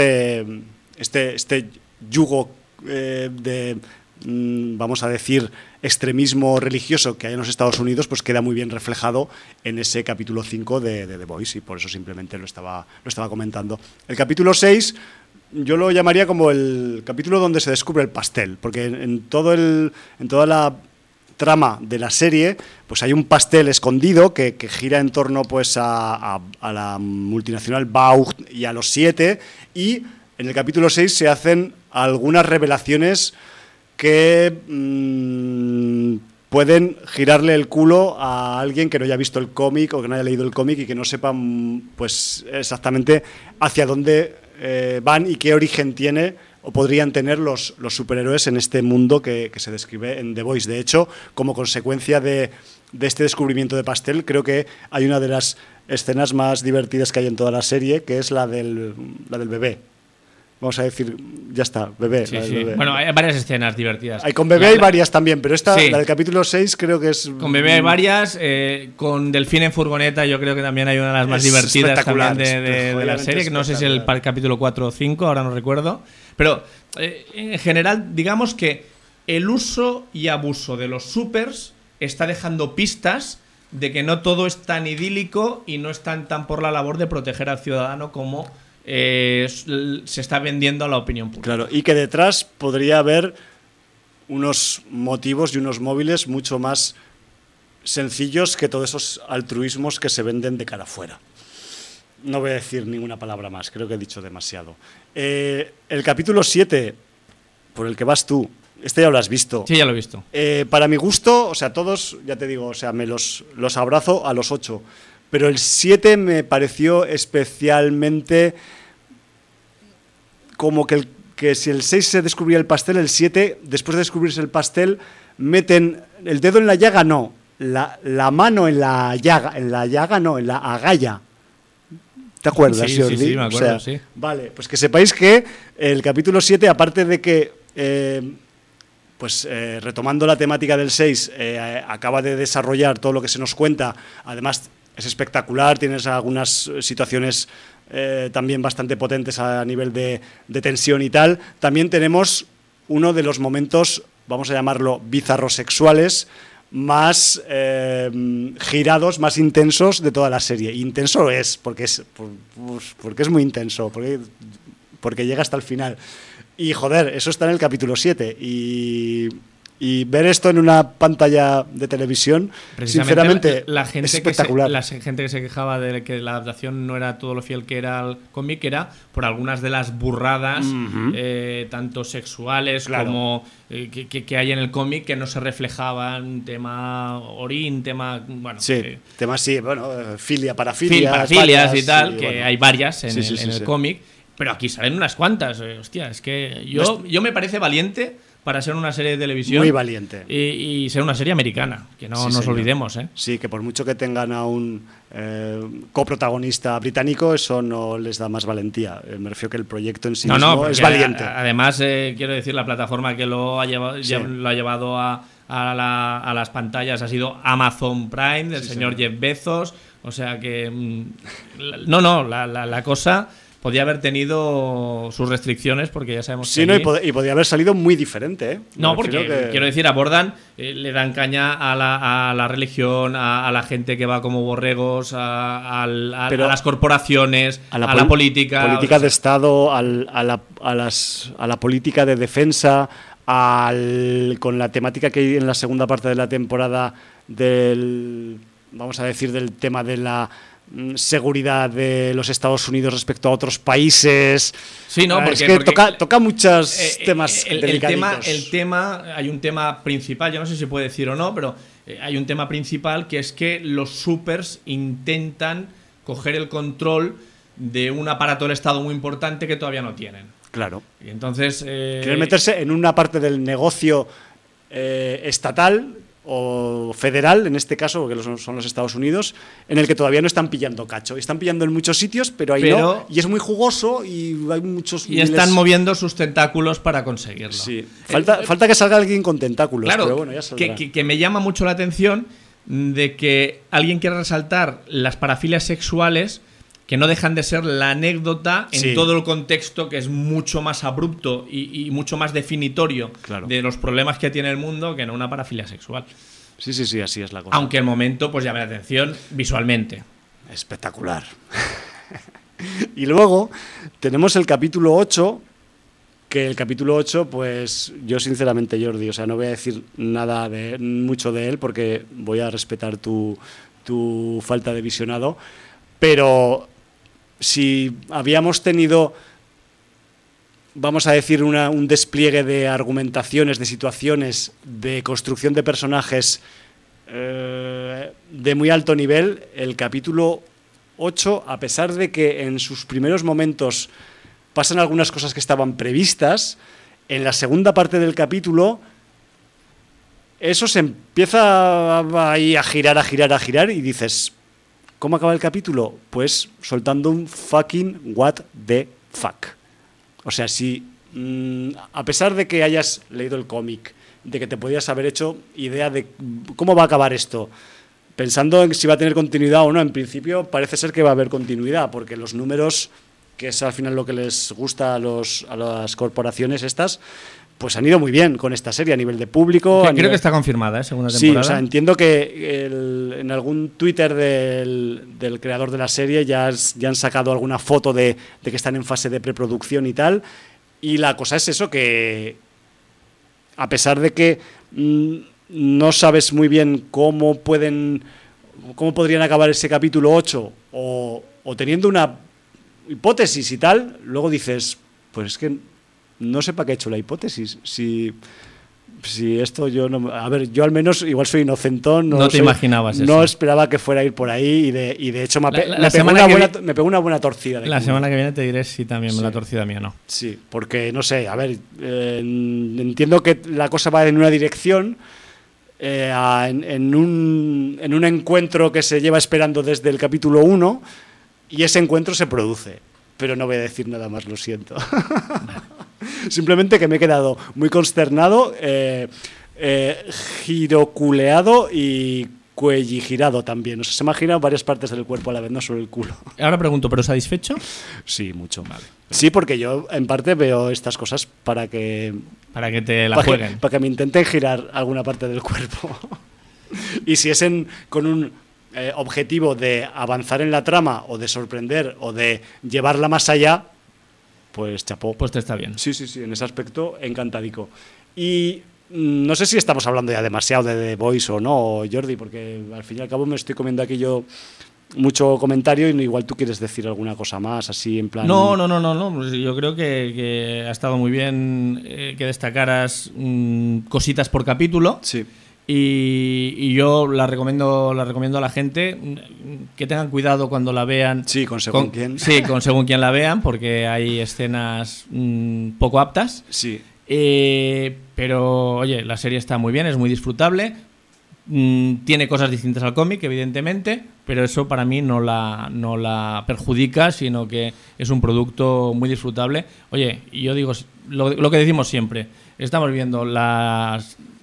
este yugo de, vamos a decir, extremismo religioso que hay en los Estados Unidos, pues queda muy bien reflejado en ese capítulo 5 de The Voice, y por eso simplemente lo estaba comentando. El capítulo 6 yo lo llamaría como el capítulo donde se descubre el pastel, porque en toda la trama de la serie pues hay un pastel escondido que gira en torno pues a la multinacional Vought y a los 7, y en el capítulo 6 se hacen algunas revelaciones que pueden girarle el culo a alguien que no haya visto el cómic o que no haya leído el cómic y que no sepa pues exactamente hacia dónde van y qué origen tiene o podrían tener los superhéroes en este mundo que se describe en The Voice. De hecho, como consecuencia de este descubrimiento de pastel, creo que hay una de las escenas más divertidas que hay en toda la serie, que es la del bebé. Vamos a decir, ya está, bebé. Sí. Bebé. Bueno, hay varias escenas divertidas. Hay con bebé hay varias también, pero esta, sí. La del capítulo 6, creo que es... Con bebé hay varias, con Delfín en furgoneta yo creo que también hay una de las más divertidas también de la serie, que no sé si es el capítulo 4 o 5, ahora no recuerdo. Pero en general, digamos que el uso y abuso de los supers está dejando pistas de que no todo es tan idílico y no están tan por la labor de proteger al ciudadano como... se está vendiendo a la opinión pública. Claro, y que detrás podría haber unos motivos y unos móviles mucho más sencillos que todos esos altruismos que se venden de cara afuera. No voy a decir ninguna palabra más, creo que he dicho demasiado. El capítulo 7, por el que vas tú, este ya lo has visto. Sí, ya lo he visto. Para mi gusto, o sea, todos, ya te digo, o sea, me los abrazo a los 8. Pero el 7 me pareció especialmente como que si el 6 se descubría el pastel, el 7, después de descubrirse el pastel, meten el dedo en la llaga, no, la mano en la llaga no, en la agalla. ¿Te acuerdas, Jordi? Sí, me acuerdo, sí. Vale, pues que sepáis que el capítulo 7, aparte de que... retomando la temática del 6, acaba de desarrollar todo lo que se nos cuenta. Además, es espectacular, tienes algunas situaciones también bastante potentes a nivel de tensión y tal. También tenemos uno de los momentos, vamos a llamarlo bizarrosexuales, más girados, más intensos de toda la serie. Intenso es, porque es muy intenso, porque llega hasta el final. Y joder, eso está en el capítulo 7. Y ver esto en una pantalla de televisión, sinceramente, es espectacular. La gente que se quejaba de que la adaptación no era todo lo fiel que era al cómic, era por algunas de las burradas, tanto sexuales, claro, como que hay en el cómic, que no se reflejaban, tema orín, tema... Bueno, sí, temas sí, bueno, filia, parafilias y tal, sí, que bueno, hay varias en sí, el cómic, pero aquí salen unas cuantas. Hostia, es que yo me parece valiente para ser una serie de televisión. Muy valiente. Y ser una serie americana, que no nos olvidemos. Sí, que por mucho que tengan a un coprotagonista británico, eso no les da más valentía. Me refiero que el proyecto en sí mismo es valiente. Además, quiero decir, la plataforma que lo ha llevado a las pantallas ha sido Amazon Prime, del señor Jeff Bezos. O sea que... la cosa... podía haber tenido sus restricciones, porque ya sabemos Sí, que no, allí- y podía haber salido muy diferente, ¿eh? No, Me porque refiero que- quiero decir, abordan, le dan caña a la religión, a la gente que va como borregos, a Pero las corporaciones, a la pol- política. política o sea, de Estado, a la política de defensa, con la temática que hay en la segunda parte de la temporada vamos a decir, del tema de la seguridad de los Estados Unidos respecto a otros países. Sí, no, Es que toca muchos temas delicaditos. El tema, hay un tema principal, yo no sé si puede decir o no, pero hay un tema principal, que es que los supers intentan coger el control de un aparato del Estado muy importante que todavía no tienen. Claro. Y entonces... Quieren meterse en una parte del negocio estatal o federal, en este caso, porque son los Estados Unidos, en el que todavía no están pillando cacho. Están pillando en muchos sitios, pero ahí no. Y es muy jugoso y hay muchos... Y están moviendo sus tentáculos para conseguirlo. Sí. Falta que salga alguien con tentáculos, claro, pero bueno, ya saldrá. Que me llama mucho la atención de que alguien quiera resaltar las parafilias sexuales, que no dejan de ser la anécdota en todo el contexto, que es mucho más abrupto y mucho más definitorio de los problemas que tiene el mundo, que no una parafilia sexual. Sí, así es la cosa. Aunque el momento pues llame la atención visualmente. Espectacular. Y luego tenemos el capítulo 8, que el capítulo 8, pues yo sinceramente, Jordi, o sea, no voy a decir nada mucho de él porque voy a respetar tu falta de visionado, pero si habíamos tenido, vamos a decir, un despliegue de argumentaciones, de situaciones, de construcción de personajes de muy alto nivel, el capítulo 8, a pesar de que en sus primeros momentos pasan algunas cosas que estaban previstas, en la segunda parte del capítulo eso se empieza ahí a girar y dices, ¿cómo acaba el capítulo? Pues soltando un fucking what the fuck. O sea, si a pesar de que hayas leído el cómic, de que te podías haber hecho idea de cómo va a acabar esto, pensando en si va a tener continuidad o no, en principio parece ser que va a haber continuidad, porque los números, que es al final lo que les gusta a las corporaciones estas, pues han ido muy bien con esta serie a nivel de público. Creo que está confirmada, segunda temporada. Sí, o sea, entiendo que en algún Twitter del creador de la serie ya han sacado alguna foto de que están en fase de preproducción y tal. Y la cosa es eso, que a pesar de que no sabes muy bien cómo podrían acabar ese capítulo 8 o teniendo una hipótesis y tal, luego dices, pues es que no sé para qué he hecho la hipótesis. Si esto yo no... A ver, yo al menos igual soy inocentón. No te imaginabas eso. No esperaba que fuera a ir por ahí y de hecho me pegó una buena torcida. La semana que viene te diré si también me la torcida mía o no. Sí, porque no sé, a ver, entiendo que la cosa va en una dirección, en un encuentro que se lleva esperando desde el capítulo 1 y ese encuentro se produce. Pero no voy a decir nada más, lo siento. Simplemente que me he quedado muy consternado, giroculeado y cuelligirado también. O sea, se me han girado varias partes del cuerpo a la vez, no solo el culo. Ahora pregunto, ¿pero satisfecho? Sí, mucho. Vale. Sí, porque yo en parte veo estas cosas para que te la jueguen. Para que me intenten girar alguna parte del cuerpo. Y si es con un objetivo de avanzar en la trama o de sorprender o de llevarla más allá, pues chapó. Pues te está bien. Sí, en ese aspecto encantadico. Y no sé si estamos hablando ya demasiado de The Voice o no, Jordi, porque al fin y al cabo me estoy comiendo aquí yo mucho comentario y igual tú quieres decir alguna cosa más, así en plan... No. Yo creo que ha estado muy bien que destacaras cositas por capítulo. Sí. Y yo la recomiendo a la gente que tengan cuidado cuando la vean. Sí, con según quién. Sí, con según quién la vean, porque hay escenas poco aptas. Sí. Pero, oye, la serie está muy bien, es muy disfrutable. Tiene cosas distintas al cómic, evidentemente, pero eso para mí no la perjudica, sino que es un producto muy disfrutable. Oye, y yo digo lo que decimos siempre, estamos viendo las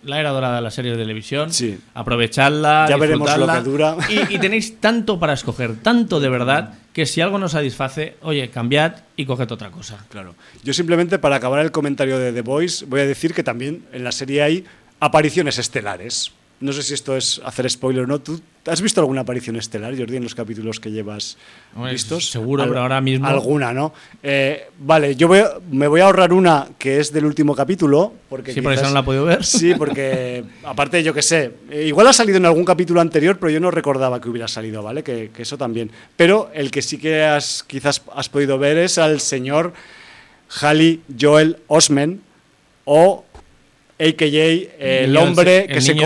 la era dorada de la serie de televisión. Sí. Aprovechadla, ya veremos lo disfrutadla. que dura. Y tenéis tanto para escoger, tanto de verdad, que si algo no satisface, oye, cambiad y coged otra cosa. Claro. Yo simplemente, para acabar el comentario de The Boys, voy a decir que también en la serie hay apariciones estelares. No sé si esto es hacer spoiler o no. ¿Tú has visto alguna aparición estelar, Jordi, en los capítulos que llevas Hombre, vistos? seguro, pero ahora mismo... Alguna, ¿no? Vale, yo me voy a ahorrar una que es del último capítulo. Porque sí, porque esa no la he podido ver. Sí, porque aparte, yo qué sé, igual ha salido en algún capítulo anterior, pero yo no recordaba que hubiera salido, ¿vale? Que eso también. Pero el que sí que quizás has podido ver es al señor Haley Joel Osment, o a.k.a. el hombre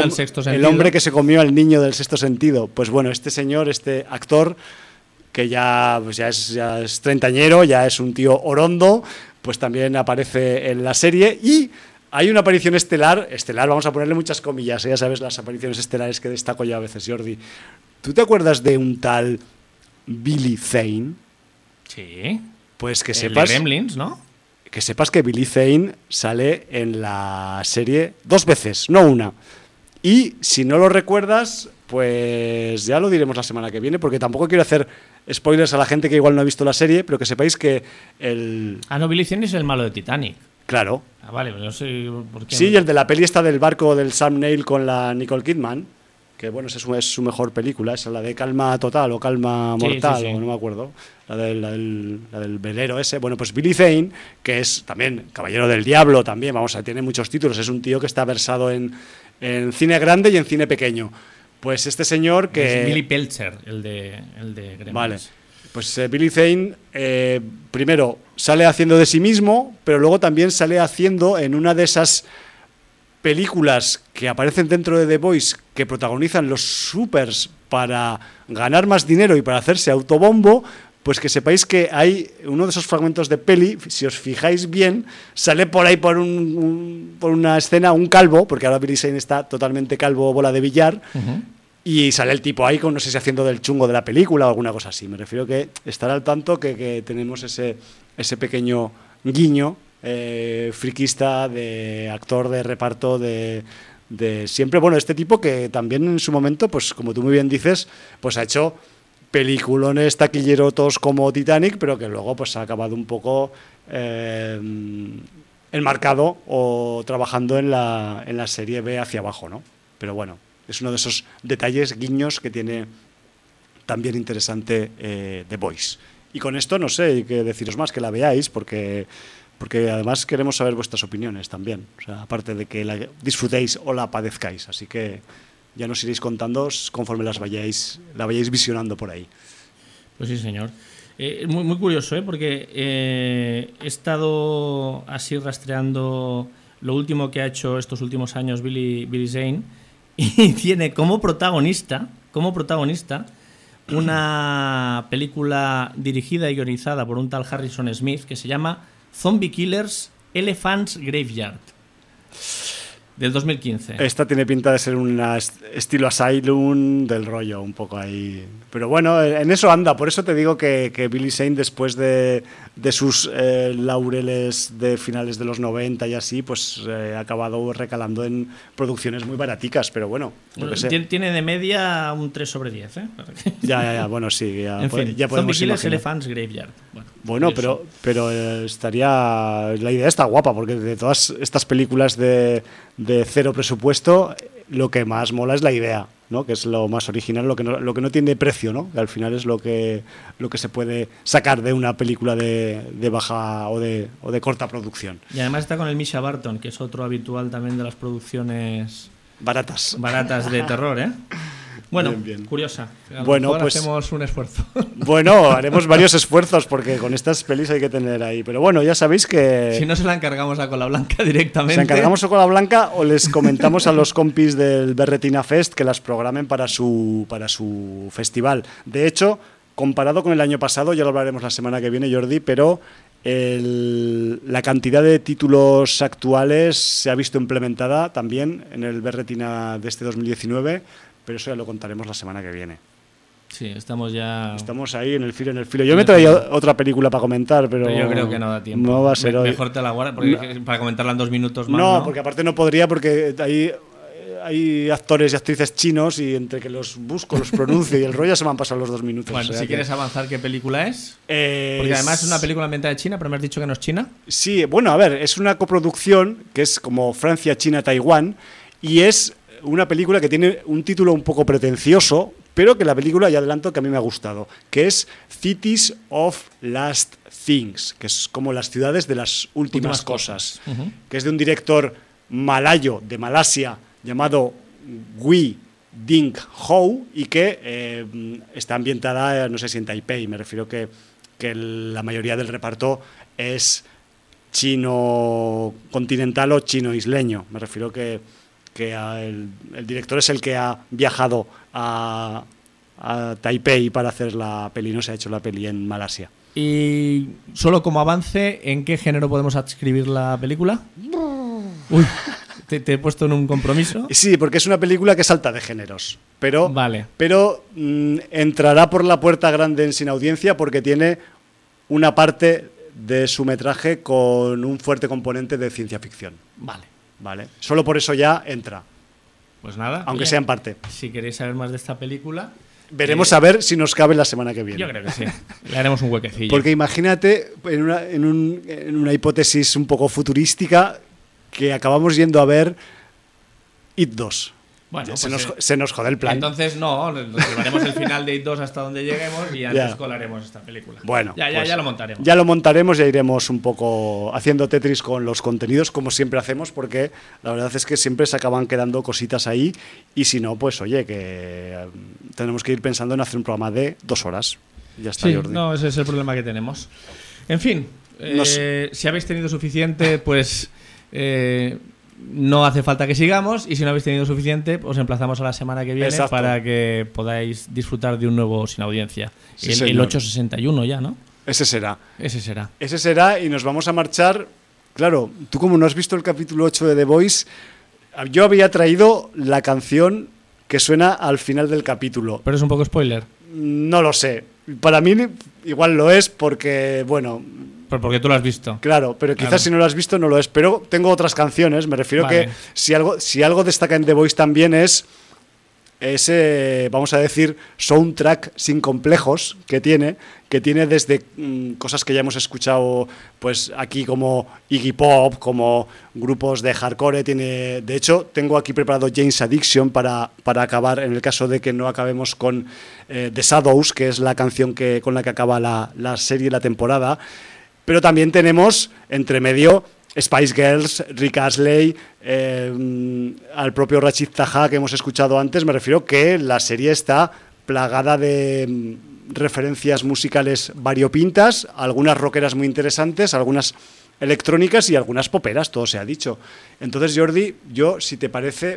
que se comió al niño del sexto sentido. Pues bueno, este señor, este actor, que ya es treintañero, ya es un tío orondo, pues también aparece en la serie. Y hay una aparición estelar, vamos a ponerle muchas comillas, ya sabes las apariciones estelares que destaco yo a veces, Jordi. ¿Tú te acuerdas de un tal Billy Zane? Sí. Pues que el sepas... de Gremlins, ¿no? Que sepas que Billy Zane sale en la serie 2 veces, no una. Y si no lo recuerdas, pues ya lo diremos la semana que viene, porque tampoco quiero hacer spoilers a la gente que igual no ha visto la serie, pero que sepáis que el... Ah, no, Billy Zane es el malo de Titanic. Claro. Ah, vale, pero no sé por qué... Sí, y el de la peli está del barco del Sam Neill con la Nicole Kidman, que bueno, es su mejor película, es la de Calma Total o Calma Mortal, sí. O no me acuerdo, la del velero ese. Bueno, pues Billy Zane, que es también Caballero del Diablo, también, tiene muchos títulos, es un tío que está versado en cine grande y en cine pequeño. Pues este señor que... Es Billy Peltzer, el de Gremlins. Vale, pues Billy Zane primero sale haciendo de sí mismo, pero luego también sale haciendo en una de esas películas que aparecen dentro de The Boys que protagonizan los supers para ganar más dinero y para hacerse autobombo. Pues que sepáis que hay uno de esos fragmentos de peli, si os fijáis bien, sale por ahí por una escena un calvo, porque ahora Billy Zane está totalmente calvo, bola de billar, y sale el tipo ahí con, no sé si haciendo del chungo de la película o alguna cosa así. Me refiero que estar al tanto que tenemos ese pequeño guiño friquista de actor de reparto de siempre, bueno, este tipo que también en su momento, pues como tú muy bien dices, pues ha hecho peliculones taquillerotos como Titanic, pero que luego pues ha acabado un poco enmarcado o trabajando en la serie B hacia abajo, ¿no? Pero bueno, es uno de esos detalles, guiños que tiene también interesante The Boys. Y con esto no sé qué deciros más, que la veáis, porque además queremos saber vuestras opiniones también, o sea, aparte de que la disfrutéis o la padezcáis, así que ya nos iréis contando conforme la vayáis visionando por ahí. Pues sí, señor. Muy, muy curioso, porque he estado así rastreando lo último que ha hecho estos últimos años Billy Zane, y tiene como protagonista una película dirigida y guionizada por un tal Harrison Smith que se llama Zombie Killers Elephant's Graveyard, del 2015. Esta tiene pinta de ser un estilo Asylum del rollo, un poco ahí. Pero bueno, en eso anda. Por eso te digo que Billy Zane, después de sus laureles de finales de los 90 y así, pues ha acabado recalando en producciones muy baraticas. Pero bueno, tiene de media un 3 sobre 10, ¿eh? Ya, bueno, sí. En fin, ya podemos Zombie Killers imaginar. Elephant's Graveyard. Bueno, pero estaría... La idea está guapa, porque de todas estas películas de cero presupuesto, lo que más mola es la idea, ¿no? Que es lo más original, lo que no tiene precio, ¿no? Que al final es lo que se puede sacar de una película de baja o de corta producción. Y además está con el Misha Barton, que es otro habitual también de las producciones baratas de terror, ¿eh? Bueno, bien. Curiosa. Bueno, pues hacemos un esfuerzo. Bueno, haremos varios esfuerzos porque con estas pelis hay que tener ahí. Pero bueno, ya sabéis que... Si no se la encargamos a Cola Blanca directamente. Se encargamos a Cola Blanca o les comentamos a los compis del Berretina Fest que las programen para su festival. De hecho, comparado con el año pasado, ya lo hablaremos la semana que viene, Jordi, pero la cantidad de títulos actuales se ha visto implementada también en el Berretina de este 2019, pero eso ya lo contaremos la semana que viene. Sí, estamos ahí en el filo. Yo me traía otra película para comentar, pero yo creo que no da tiempo. No va a ser hoy. Mejor te la guardas, para comentarla en 2 minutos más. No, porque aparte no podría, porque ahí hay actores y actrices chinos y entre que los busco, los pronuncio y el rollo se me han pasado los 2 minutos. Bueno, o sea si que... quieres avanzar, ¿qué película es? Porque además es una película ambientada en China, pero me has dicho que no es China. Sí, bueno, a ver, es una coproducción que es como Francia, China, Taiwán y es una película que tiene un título un poco pretencioso, pero que la película, ya adelanto, que a mí me ha gustado, que es Cities of Last Things, que es como las ciudades de las últimas cosas, que es de un director malayo de Malasia llamado Wei Ding Hou y que está ambientada, no sé si en Taipei, me refiero que la mayoría del reparto es chino continental o chino isleño, me refiero que el director es el que ha viajado a Taipei para hacer la peli, no se ha hecho la peli en Malasia. Y solo como avance, ¿en qué género podemos adscribir la película? Uy, te he puesto en un compromiso. Sí, porque es una película que salta de géneros, pero, vale. pero entrará por la puerta grande en Sin Audiencia porque tiene una parte de su metraje con un fuerte componente de ciencia ficción. Vale. Solo por eso ya entra. Pues nada. Aunque sea en parte. Si queréis saber más de esta película... Veremos a ver si nos cabe la semana que viene. Yo creo que sí. Le haremos un huequecillo. Porque imagínate, en una hipótesis un poco futurística, que acabamos yendo a ver It 2. Bueno, se nos jode el plan. Entonces nos llevaremos el final de It 2 hasta donde lleguemos y antes colaremos esta película. Bueno, ya lo montaremos. Ya lo montaremos, ya iremos un poco haciendo Tetris con los contenidos, como siempre hacemos, porque la verdad es que siempre se acaban quedando cositas ahí y si no, pues oye, que tenemos que ir pensando en hacer un programa de 2 horas. Ya está, sí, Jordi. No, ese es el problema que tenemos. En fin, si habéis tenido suficiente, pues... no hace falta que sigamos y si no habéis tenido suficiente os emplazamos a la semana que viene. Exacto. Para que podáis disfrutar de un nuevo Sin Audiencia, sí, el 861 ya, ¿no? Ese será y nos vamos a marchar. Claro, tú como no has visto el capítulo 8 de The Voice, yo había traído la canción que suena al final del capítulo, pero es un poco spoiler. No lo sé, para mí igual lo es porque, bueno... Pero porque tú lo has visto. Claro, pero quizás si no lo has visto no lo es. Pero tengo otras canciones, me refiero que si algo destaca en The Voice también es ese, vamos a decir, soundtrack sin complejos que tiene desde cosas que ya hemos escuchado pues aquí como Iggy Pop, como grupos de hardcore. De hecho, tengo aquí preparado Jane's Addiction para acabar, en el caso de que no acabemos con The Shadows, que es la canción con la que acaba la serie, la temporada. Pero también tenemos, entre medio, Spice Girls, Rick Astley, al propio Rachid Taha que hemos escuchado antes. Me refiero que la serie está plagada de referencias musicales variopintas, algunas rockeras muy interesantes, algunas electrónicas y algunas poperas, todo se ha dicho. Entonces, Jordi, yo, si te parece,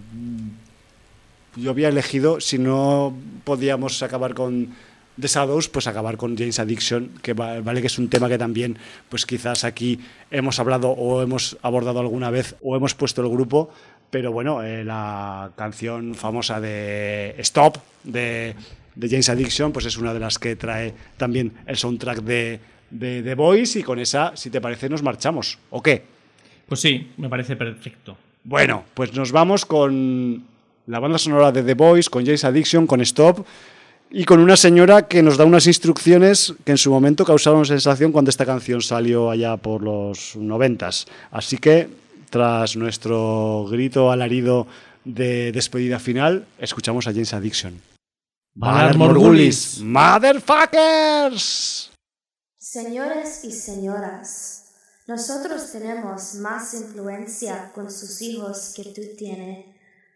yo había elegido, si no podíamos acabar con The Shadows, pues acabar con Jane's Addiction, que vale que es un tema que también pues quizás aquí hemos hablado o hemos abordado alguna vez o hemos puesto el grupo, pero bueno, la canción famosa de Stop de Jane's Addiction pues es una de las que trae también el soundtrack de The Voice y con esa, si te parece, nos marchamos, ¿o qué? Pues sí, me parece perfecto. Bueno, pues nos vamos con la banda sonora de The Voice, con Jane's Addiction, con Stop y con una señora que nos da unas instrucciones que en su momento causaron sensación cuando esta canción salió allá por los 90s. Así que, tras nuestro grito alarido de despedida final, escuchamos a Jane's Addiction. ¡Valar Morgulis! ¡Motherfuckers! Señores y señoras, nosotros tenemos más influencia con sus hijos que tú tienes,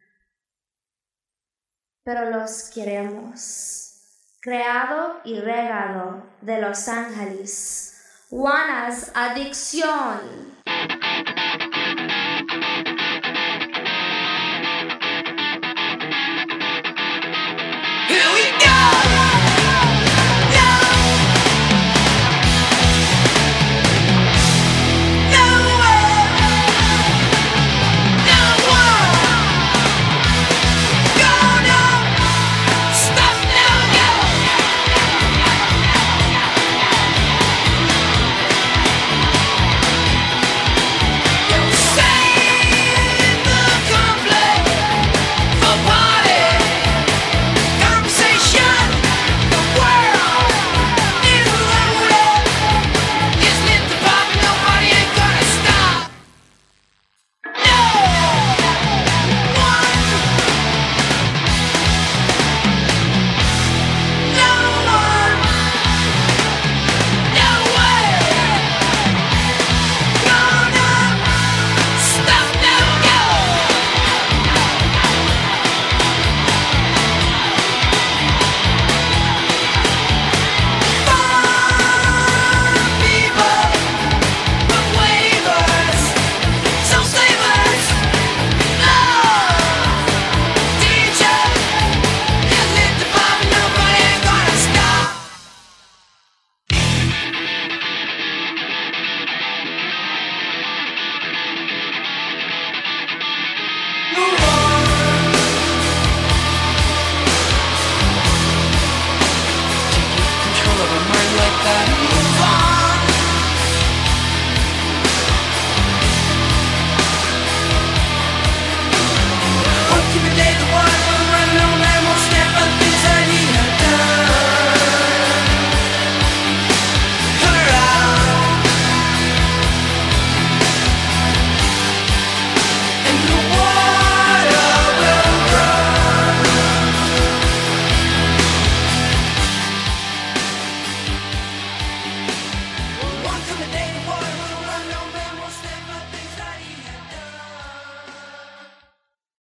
pero los queremos. Creado y regado de Los Ángeles, Juana's Addiction. Here we go! Save the conflict. camino.